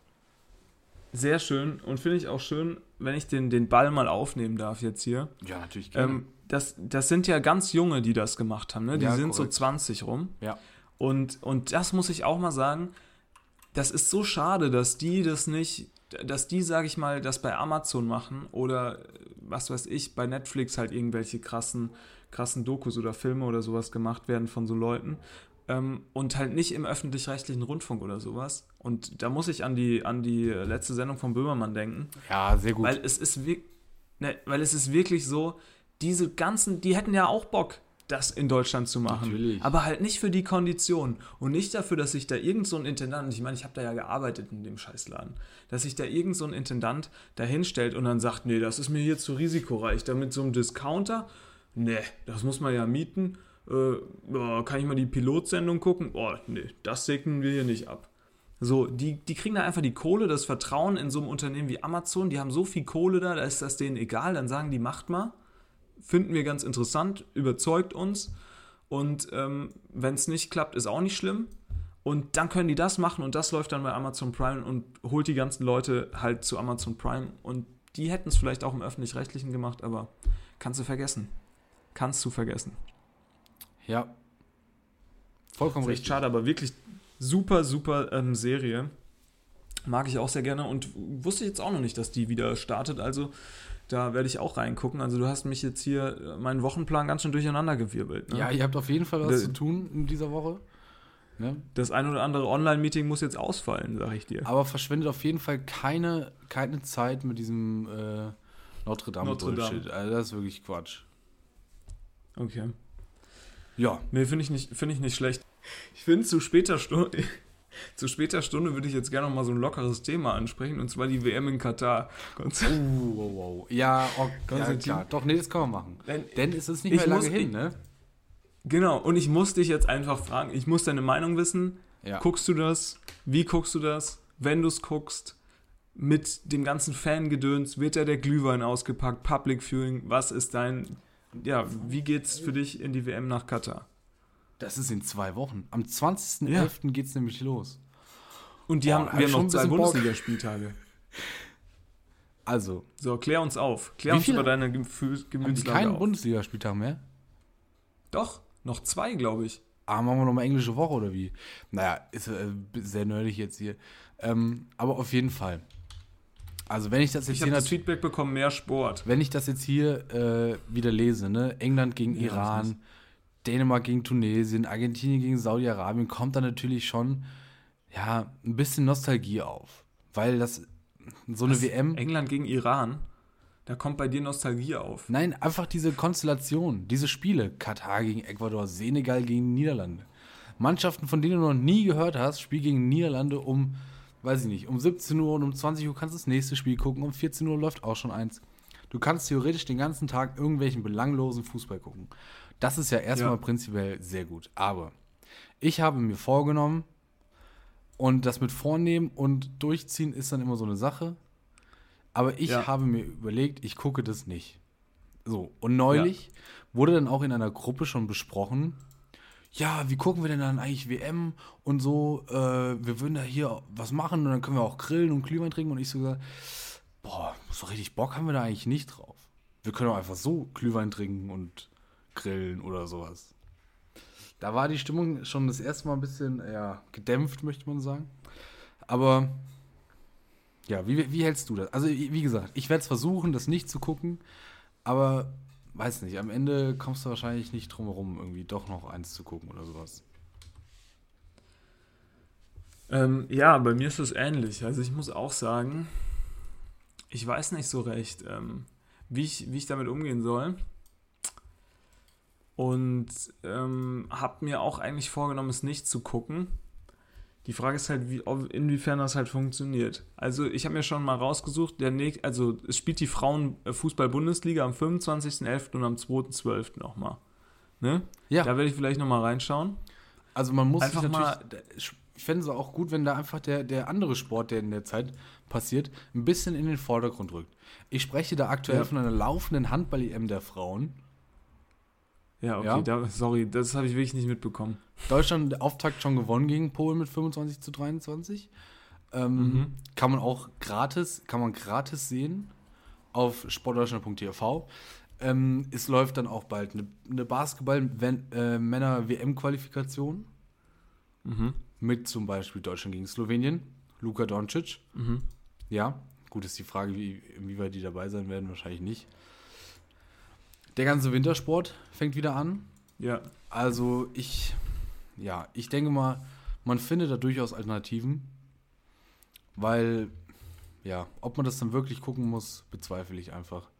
Sehr schön und finde ich auch schön, wenn ich den, den Ball mal aufnehmen darf jetzt hier. Ja, natürlich gerne. Ähm, das, das sind ja ganz Junge, die das gemacht haben, ne? Die ja, sind korrekt. so zwanzig rum. Ja. Und, und das muss ich auch mal sagen, das ist so schade, dass die das nicht, dass die, sage ich mal, das bei Amazon machen oder was weiß ich, bei Netflix halt irgendwelche krassen, krassen Dokus oder Filme oder sowas gemacht werden von so Leuten. Ähm, und halt nicht im öffentlich-rechtlichen Rundfunk oder sowas. Und da muss ich an die, an die letzte Sendung von Böhmermann denken. Ja, sehr gut. Weil es ist, wir- ne, weil es ist wirklich so, diese ganzen, die hätten ja auch Bock, das in Deutschland zu machen. Natürlich. Aber halt nicht für die Kondition. Und nicht dafür, dass sich da irgend so ein Intendant, ich meine, ich habe da ja gearbeitet in dem Scheißladen, dass sich da irgend so ein Intendant da hinstellt und dann sagt, nee, das ist mir hier zu risikoreich. Da mit so einem Discounter, nee, das muss man ja mieten. Äh, ja, kann ich mal die Pilotsendung gucken? Boah, nee, das segnen wir hier nicht ab. So, die, die kriegen da einfach die Kohle, das Vertrauen in so einem Unternehmen wie Amazon, die haben so viel Kohle da, da ist das denen egal, dann sagen die, macht mal, finden wir ganz interessant, überzeugt uns und ähm, wenn es nicht klappt, ist auch nicht schlimm und dann können die das machen und das läuft dann bei Amazon Prime und holt die ganzen Leute halt zu Amazon Prime und die hätten es vielleicht auch im Öffentlich-Rechtlichen gemacht, aber kannst du vergessen. Kannst du vergessen. Ja. Vollkommen Das ist echt richtig. schade, aber wirklich super, super ähm, Serie. Mag ich auch sehr gerne und wusste jetzt auch noch nicht, dass die wieder startet. Also da werde ich auch reingucken. Also du hast mich jetzt hier, meinen Wochenplan ganz schön durcheinandergewirbelt. Ne? Ja, ihr habt auf jeden Fall was Das- zu tun in dieser Woche. Ne? Das ein oder andere Online-Meeting muss jetzt ausfallen, sage ich dir. Aber verschwendet auf jeden Fall keine, keine Zeit mit diesem äh, Notre Dame Notre Dame. Bullshit. Also das ist wirklich Quatsch. Okay. Ja. Nee, finde ich, nicht- finde ich nicht schlecht. Ich finde, zu später Stunde, Zu später Stunde würde ich jetzt gerne noch mal so ein lockeres Thema ansprechen, und zwar die W M in Katar. Uh, wow, wow. Ja, okay, ja, Konstantin? klar. Doch, nee, das kann man machen. Denn, Denn es ist nicht ich mehr lange muss- hin, ich- ne? Genau, und ich muss dich jetzt einfach fragen, ich muss deine Meinung wissen. Ja. Guckst du das? Wie guckst du das? Wenn du es guckst, mit dem ganzen Fangedöns, wird da der Glühwein ausgepackt, Public Viewing, was ist dein, ja, wie geht's für dich in die W M nach Katar? Das ist in zwei Wochen. Am zwanzigsten elften geht's nämlich los. Und die Boah, haben, da hab wir ich haben schon noch ein zwei bisschen Bock. Bundesligaspieltage. Also, So, klär uns auf. Klär Wie uns viele? über deine Gefühl- haben die Gemütslage keinen auf. Bundesligaspieltag mehr? Doch, noch zwei, glaube ich. Ah, machen wir nochmal englische Woche oder wie? Naja, ist äh, sehr nerdig jetzt hier. Ähm, aber auf jeden Fall. Also, wenn ich das jetzt Ich hier habe das nat- Feedback bekommen, mehr Sport. wenn ich das jetzt hier äh, wieder lese, ne? England gegen Ja, was Iran, Dänemark gegen Tunesien, Argentinien gegen Saudi-Arabien, kommt da natürlich schon ja, ein bisschen Nostalgie auf. Weil das so eine Was? W M. England gegen Iran, da kommt bei dir Nostalgie auf. Nein, einfach diese Konstellation, diese Spiele. Katar gegen Ecuador, Senegal gegen Niederlande. Mannschaften, von denen du noch nie gehört hast, Spiel gegen Niederlande um, weiß ich nicht, um siebzehn Uhr und um zwanzig Uhr kannst du das nächste Spiel gucken, um vierzehn Uhr läuft auch schon eins. Du kannst theoretisch den ganzen Tag irgendwelchen belanglosen Fußball gucken. Das ist ja erstmal Ja. prinzipiell sehr gut. Aber ich habe mir vorgenommen, und das mit Vornehmen und Durchziehen ist dann immer so eine Sache, aber ich Ja. habe mir überlegt, ich gucke das nicht. So, und neulich wurde dann auch in einer Gruppe schon besprochen, ja, wie gucken wir denn dann eigentlich W M und so, äh, wir würden da hier was machen und dann können wir auch grillen und Glühwein trinken, und ich so gesagt, boah, so richtig Bock haben wir da eigentlich nicht drauf. Wir können auch einfach so Glühwein trinken und grillen oder sowas. Da war die Stimmung schon das erste Mal ein bisschen ja, gedämpft, möchte man sagen. Aber ja, wie, wie hältst du das? Also wie gesagt, ich werde es versuchen, das nicht zu gucken, aber weiß nicht, am Ende kommst du wahrscheinlich nicht drum herum, irgendwie doch noch eins zu gucken oder sowas. Ähm, ja, bei mir ist es ähnlich. Also ich muss auch sagen, ich weiß nicht so recht, ähm, wie, ich, wie ich damit umgehen soll. Und ähm, habe mir auch eigentlich vorgenommen, es nicht zu gucken. Die Frage ist halt, wie, ob- inwiefern das halt funktioniert. Also ich habe mir schon mal rausgesucht, der näch- also es spielt die Frauenfußball-Bundesliga am fünfundzwanzigsten elften und am zweiten zwölften nochmal. Ne? Ja. Da werde ich vielleicht nochmal reinschauen. Also man muss Einfach sich natürlich, ich fände es auch gut, wenn da einfach der, der andere Sport, der in der Zeit passiert, ein bisschen in den Vordergrund rückt. Ich spreche da aktuell Ja. von einer laufenden Handball-E M der Frauen. Ja, okay, Ja. Da, sorry, das habe ich wirklich nicht mitbekommen. Deutschland der Auftakt schon gewonnen gegen Polen mit fünfundzwanzig zu dreiundzwanzig. Ähm, Mhm. Kann man auch gratis, kann man gratis sehen auf sportdeutschland punkt t v. Ähm, es läuft dann auch bald eine, eine Basketball-Männer-W M-Qualifikation Mhm. mit zum Beispiel Deutschland gegen Slowenien, Luka Doncic. Mhm. Ja, gut ist die Frage, wie, inwieweit die dabei sein werden, wahrscheinlich nicht. Der ganze Wintersport fängt wieder an. Ja, Also ich, ja, ich denke mal, man findet da durchaus Alternativen, weil, ja, ob man das dann wirklich gucken muss, bezweifle ich einfach.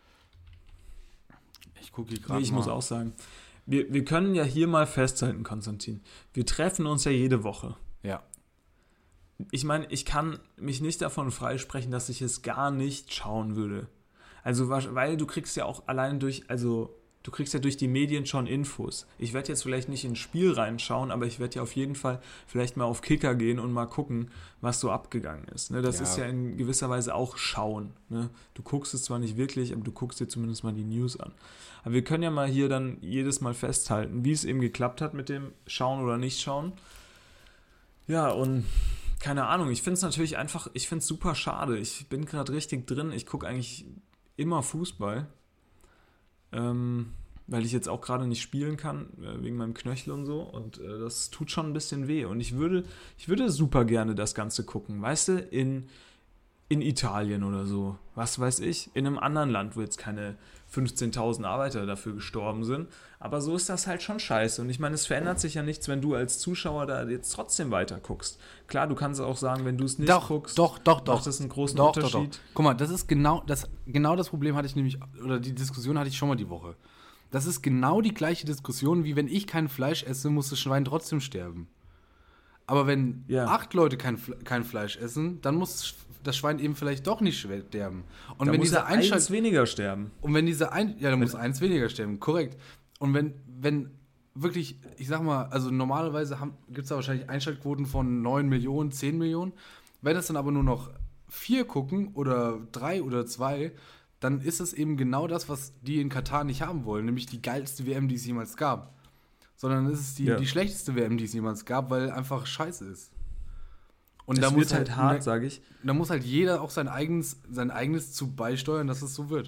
Ich gucke hier gerade nee, ich mal. muss auch sagen, wir, wir können ja hier mal festhalten, Konstantin, wir treffen uns ja jede Woche. Ja, Ich meine, ich kann mich nicht davon freisprechen, dass ich es gar nicht schauen würde. Also, wa- weil du kriegst ja auch allein durch, also du kriegst ja durch die Medien schon Infos. Ich werde jetzt vielleicht nicht ins Spiel reinschauen, aber ich werde ja auf jeden Fall vielleicht mal auf Kicker gehen und mal gucken, was so abgegangen ist. Ne? Das Ja. ist ja in gewisser Weise auch Schauen. Ne? Du guckst es zwar nicht wirklich, aber du guckst dir zumindest mal die News an. Aber wir können ja mal hier dann jedes Mal festhalten, wie es eben geklappt hat mit dem Schauen oder nicht Schauen. Ja, und keine Ahnung, ich finde es natürlich einfach, ich finde es super schade. Ich bin gerade richtig drin, ich gucke eigentlich immer Fußball, ähm, weil ich jetzt auch gerade nicht spielen kann, äh, wegen meinem Knöchel und so, und äh, das tut schon ein bisschen weh. Und ich würde, ich würde super gerne das Ganze gucken, weißt du, in, in Italien oder so, was weiß ich, in einem anderen Land, wo jetzt keine fünfzehntausend Arbeiter dafür gestorben sind. Aber so ist das halt schon scheiße. Und ich meine, es verändert sich ja nichts, wenn du als Zuschauer da jetzt trotzdem weiter guckst. Klar, du kannst auch sagen, wenn du es nicht doch, guckst, doch, doch, doch. macht das einen großen doch, Unterschied. Doch, doch. Guck mal, das ist genau das, genau das Problem hatte ich nämlich, oder die Diskussion hatte ich schon mal die Woche. Das ist genau die gleiche Diskussion, wie wenn ich kein Fleisch esse, muss das Schwein trotzdem sterben. Aber wenn Ja. acht Leute kein, Fle- kein Fleisch essen, dann muss das Schwein eben vielleicht doch nicht sterben. Und Da wenn muss diese er eins Einschalt weniger sterben. und wenn diese ein ja, dann muss eins weniger sterben, korrekt. Und wenn wenn wirklich, ich sag mal, also normalerweise gibt es da wahrscheinlich Einschaltquoten von neun Millionen, zehn Millionen. Wenn das dann aber nur noch vier gucken oder drei oder zwei, dann ist es eben genau das, was die in Katar nicht haben wollen, nämlich die geilste W M, die es jemals gab. Sondern es ist die, Ja. die schlechteste W M, die es jemals gab, weil einfach scheiße ist. Und Das da wird muss halt halt hart, sage ich. Da muss halt jeder auch sein eigenes, sein eigenes zu beisteuern, dass es so wird.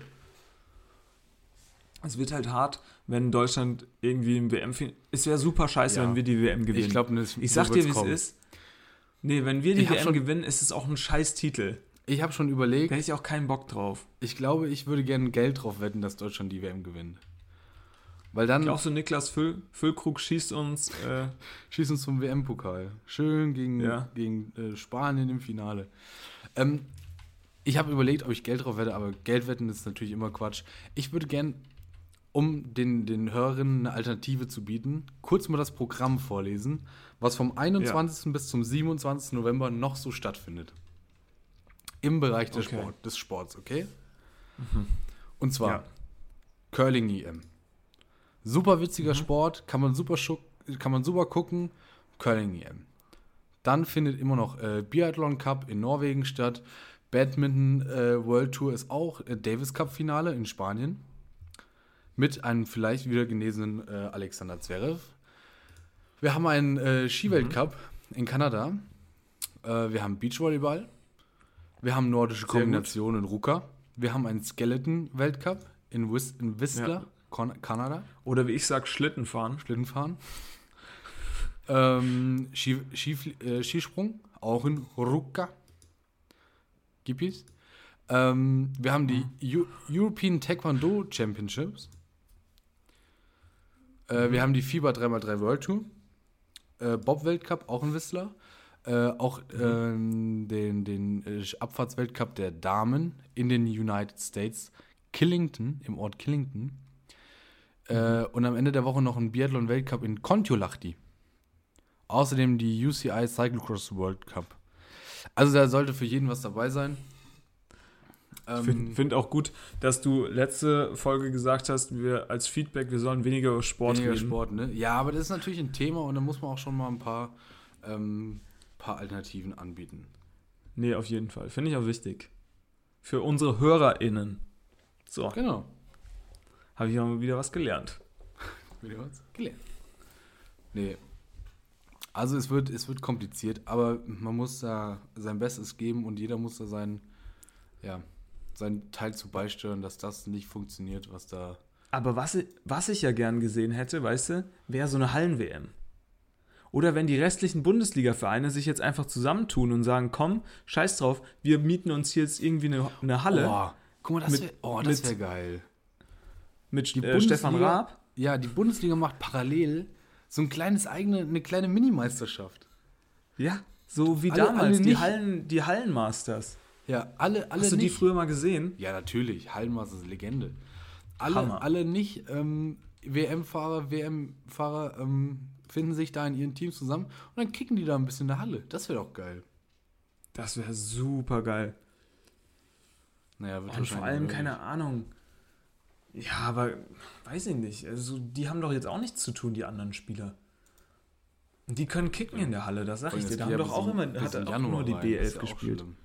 Es wird halt hart, wenn Deutschland irgendwie im W M... Es wäre super scheiße, Ja. wenn wir die W M gewinnen. Ich glaube, Ich sag dir, wie es ist. Nee, wenn wir die Ich hab W M schon- gewinnen, ist es auch ein scheiß Titel. Ich habe schon Da überlegt, hätte ich auch keinen Bock drauf. ich glaube, ich würde gerne Geld drauf wetten, dass Deutschland die W M gewinnt. Weil dann Auch so Niklas Füll, Füllkrug schießt uns... Äh, schießen uns zum W M-Pokal. Schön gegen, Ja. gegen äh, Spanien im Finale. Ähm, ich habe überlegt, ob ich Geld drauf wette, aber Geld wetten ist natürlich immer Quatsch. Ich würde gern, um den, den Hörerinnen eine Alternative zu bieten, kurz mal das Programm vorlesen, was vom einundzwanzigsten bis zum siebenundzwanzigsten November noch so stattfindet. Im Bereich des, Okay. Sport, des Sports, okay? Und zwar Ja. Curling-E M. Super witziger Sport, kann man super, schuck, kann man super gucken. Curling-E M. Dann findet immer noch äh, Biathlon Cup in Norwegen statt. Badminton äh, World Tour ist auch äh, Davis Cup Finale in Spanien. Mit einem vielleicht wieder genesenen äh, Alexander Zverev. Wir haben einen äh, Skiweltcup in Kanada. Äh, wir haben Beachvolleyball. Wir haben nordische Kombinationen in Ruka. Wir haben einen Skeleton-Weltcup in, Whis in Whistler, Ja. Kon Kanada. oder wie ich sag, Schlitten fahren. Schlittenfahren. ähm, Ski, Skifl- äh, Skisprung, auch in Ruka. Gippis. Ähm, wir haben die Eu European Taekwondo Championships. Äh, wir haben die FIBA drei mal drei World Tour. Äh, Bob-Weltcup, auch in Whistler. Äh, auch ähm, den, den äh, Abfahrtsweltcup der Damen in den United States. Killington, im Ort Killington. Äh, und am Ende der Woche noch ein Biathlon-Weltcup in Kontiolahti. Außerdem die U C I Cyclocross World Cup. Also da sollte für jeden was dabei sein. Ich Ähm, finde find auch gut, dass du letzte Folge gesagt hast, wir als Feedback, wir sollen weniger über Sport weniger reden. Sport, ne? Ja, aber das ist natürlich ein Thema und da muss man auch schon mal ein paar, ähm, paar Alternativen anbieten. Nee, auf jeden Fall. Finde ich auch wichtig. Für unsere HörerInnen. So, Genau. habe ich auch mal wieder was gelernt. Wieder was gelernt. Nee. Also es wird, es wird kompliziert, aber man muss da sein Bestes geben und jeder muss da sein, ja, seinen Teil zu beisteuern, dass das nicht funktioniert, was da. Aber was, was ich ja gern gesehen hätte, weißt du, wäre so eine Hallen-W M. Oder wenn die restlichen Bundesliga-Vereine sich jetzt einfach zusammentun und sagen, komm, scheiß drauf, wir mieten uns hier jetzt irgendwie eine, eine Halle Oh, guck mal, das Mit- wäre oh, das mit- wär geil. mit Die äh, Stefan Bundesliga- Raab. Ja, die Bundesliga macht parallel so ein kleines eigene, eine kleine Minimeisterschaft. Ja, so wie Alle- damals, alle die, nicht. Hallen, die Hallenmasters. Ja, alle, alle Hast du die nicht. früher mal gesehen? Ja, natürlich. Hallenmaster ist Legende. Alle, Hammer. alle nicht. Ähm, W M-Fahrer, W M-Fahrer ähm, finden sich da in ihren Teams zusammen und dann kicken die da ein bisschen in der Halle. Das wäre doch geil. Das wäre super geil. Naja, wird Und vor wahrscheinlich allem, möglich. keine Ahnung. Ja, aber weiß ich nicht. Also, die haben doch jetzt auch nichts zu tun, die anderen Spieler. Und die können kicken in der Halle, das sag Vor ich allem, dir. das Da geht haben ja doch bis auch in- immer bis hat in auch Januar nur die rein. B Das elf ist ja auch gespielt. schlimm.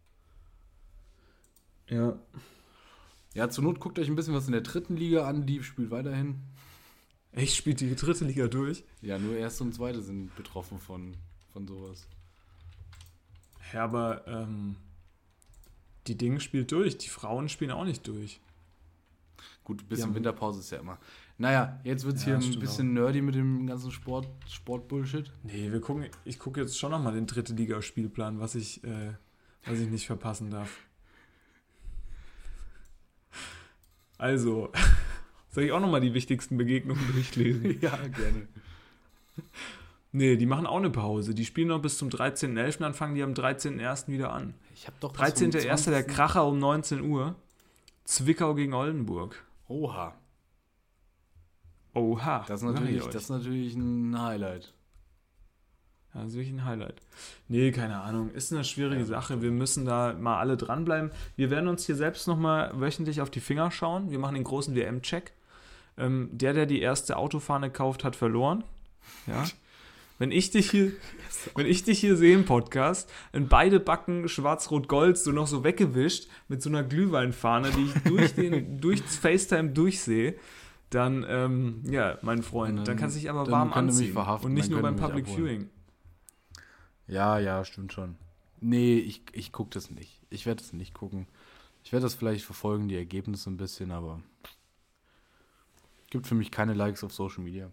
Ja. Ja, zur Not guckt euch ein bisschen was in der dritten Liga an, die spielt weiterhin. Echt, spielt die dritte Liga durch? Ja, nur erste und zweite sind betroffen von, von sowas. Ja, aber ähm, die Dinge spielt durch. Die Frauen spielen auch nicht durch. Gut, ein bisschen haben- Winterpause ist ja immer. Naja, jetzt wird es Ja, hier das ein stimmt bisschen nerdy mit dem ganzen Sport, Sport-Bullshit. Nee, wir gucken, ich gucke jetzt schon nochmal den dritte Liga-Spielplan, was ich, äh, was ich nicht verpassen darf. Also, soll ich auch nochmal die wichtigsten Begegnungen durchlesen? Ja, gerne. Nee, die machen auch eine Pause. Die spielen noch bis zum dreizehnten elften dann fangen die am dreizehnten ersten wieder an. Ich habe doch dreizehnten ersten der zwanzigsten Kracher um neunzehn Uhr. Zwickau gegen Oldenburg. Oha. Oha. Das ist sag ich natürlich, euch. das ist natürlich ein Highlight. Ja, das ist wirklich ein Highlight. Nee, keine Ahnung. Ist eine schwierige Sache. Wir müssen da mal alle dranbleiben. Wir werden uns hier selbst nochmal wöchentlich auf die Finger schauen. Wir machen den großen W M-Check. Ähm, der, der die erste Autofahne kauft, hat verloren. Ja. Wenn ich dich hier, wenn ich dich hier sehe im Podcast, in beide Backen schwarz-rot-gold so noch so weggewischt mit so einer Glühweinfahne, die ich durch den, durchs FaceTime durchsehe, dann, ähm, ja, mein Freund, dann, dann kannst du dich aber warm anziehen. Und nicht nur beim Public Viewing. Ja, ja, stimmt schon. Nee, ich, ich gucke das nicht. Ich werde es nicht gucken. Ich werde das vielleicht verfolgen, die Ergebnisse ein bisschen, aber gibt für mich keine Likes auf Social Media.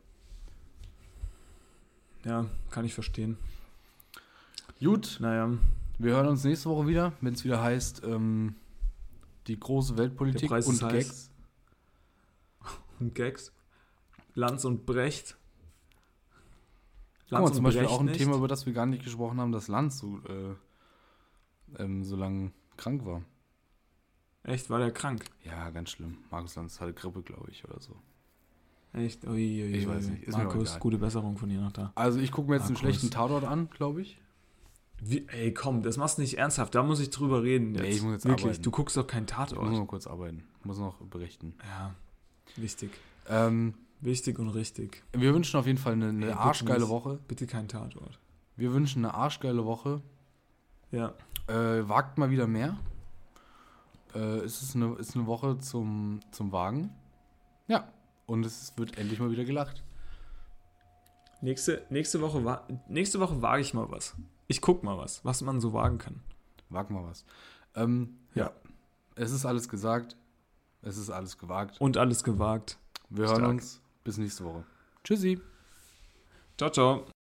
Ja, kann ich verstehen. Gut, Naja, wir hören uns nächste Woche wieder, wenn es wieder heißt, ähm, die große Weltpolitik Der Preis und ist heiß. Gags. und Gags. Lanz und Brecht. Guck mal, zum Beispiel auch ein nicht. Thema, über das wir gar nicht gesprochen haben, dass Lanz so, äh, ähm, so lange krank war. Echt, war der krank? Ja, ganz schlimm. Markus Lanz hatte Grippe, glaube ich, oder so. Echt? Ui, ui, ui, Ich weiß nicht, ist mir auch Markus, egal. gute Besserung von dir nach da. Also ich gucke mir jetzt einen Markus. schlechten Tatort an, glaube ich. Wie, ey, komm, das machst du nicht ernsthaft. Da muss ich drüber reden jetzt. Nee, ich muss jetzt Wirklich, arbeiten. du guckst doch keinen Ich muss Tatort. noch kurz arbeiten. Muss noch berichten. Ja, wichtig. Ähm, Wichtig und richtig. wir wünschen auf jeden Fall eine, eine Ey, bitte arschgeile nicht. Woche. Bitte kein Tatort. Wir wünschen eine arschgeile Woche. Ja. Äh, wagt mal wieder mehr. Äh, es ist eine, ist eine Woche zum, zum Wagen. Ja. Und es wird endlich mal wieder gelacht. Nächste, nächste, Woche, wa- nächste Woche wage ich mal was. Ich guck mal was, was man so wagen kann. Wag mal was. Ähm, ja. Ja. Es ist alles gesagt. Es ist alles gewagt. Und alles gewagt. Wir hören Stark. uns. Bis nächste Woche. Tschüssi. Ciao, ciao.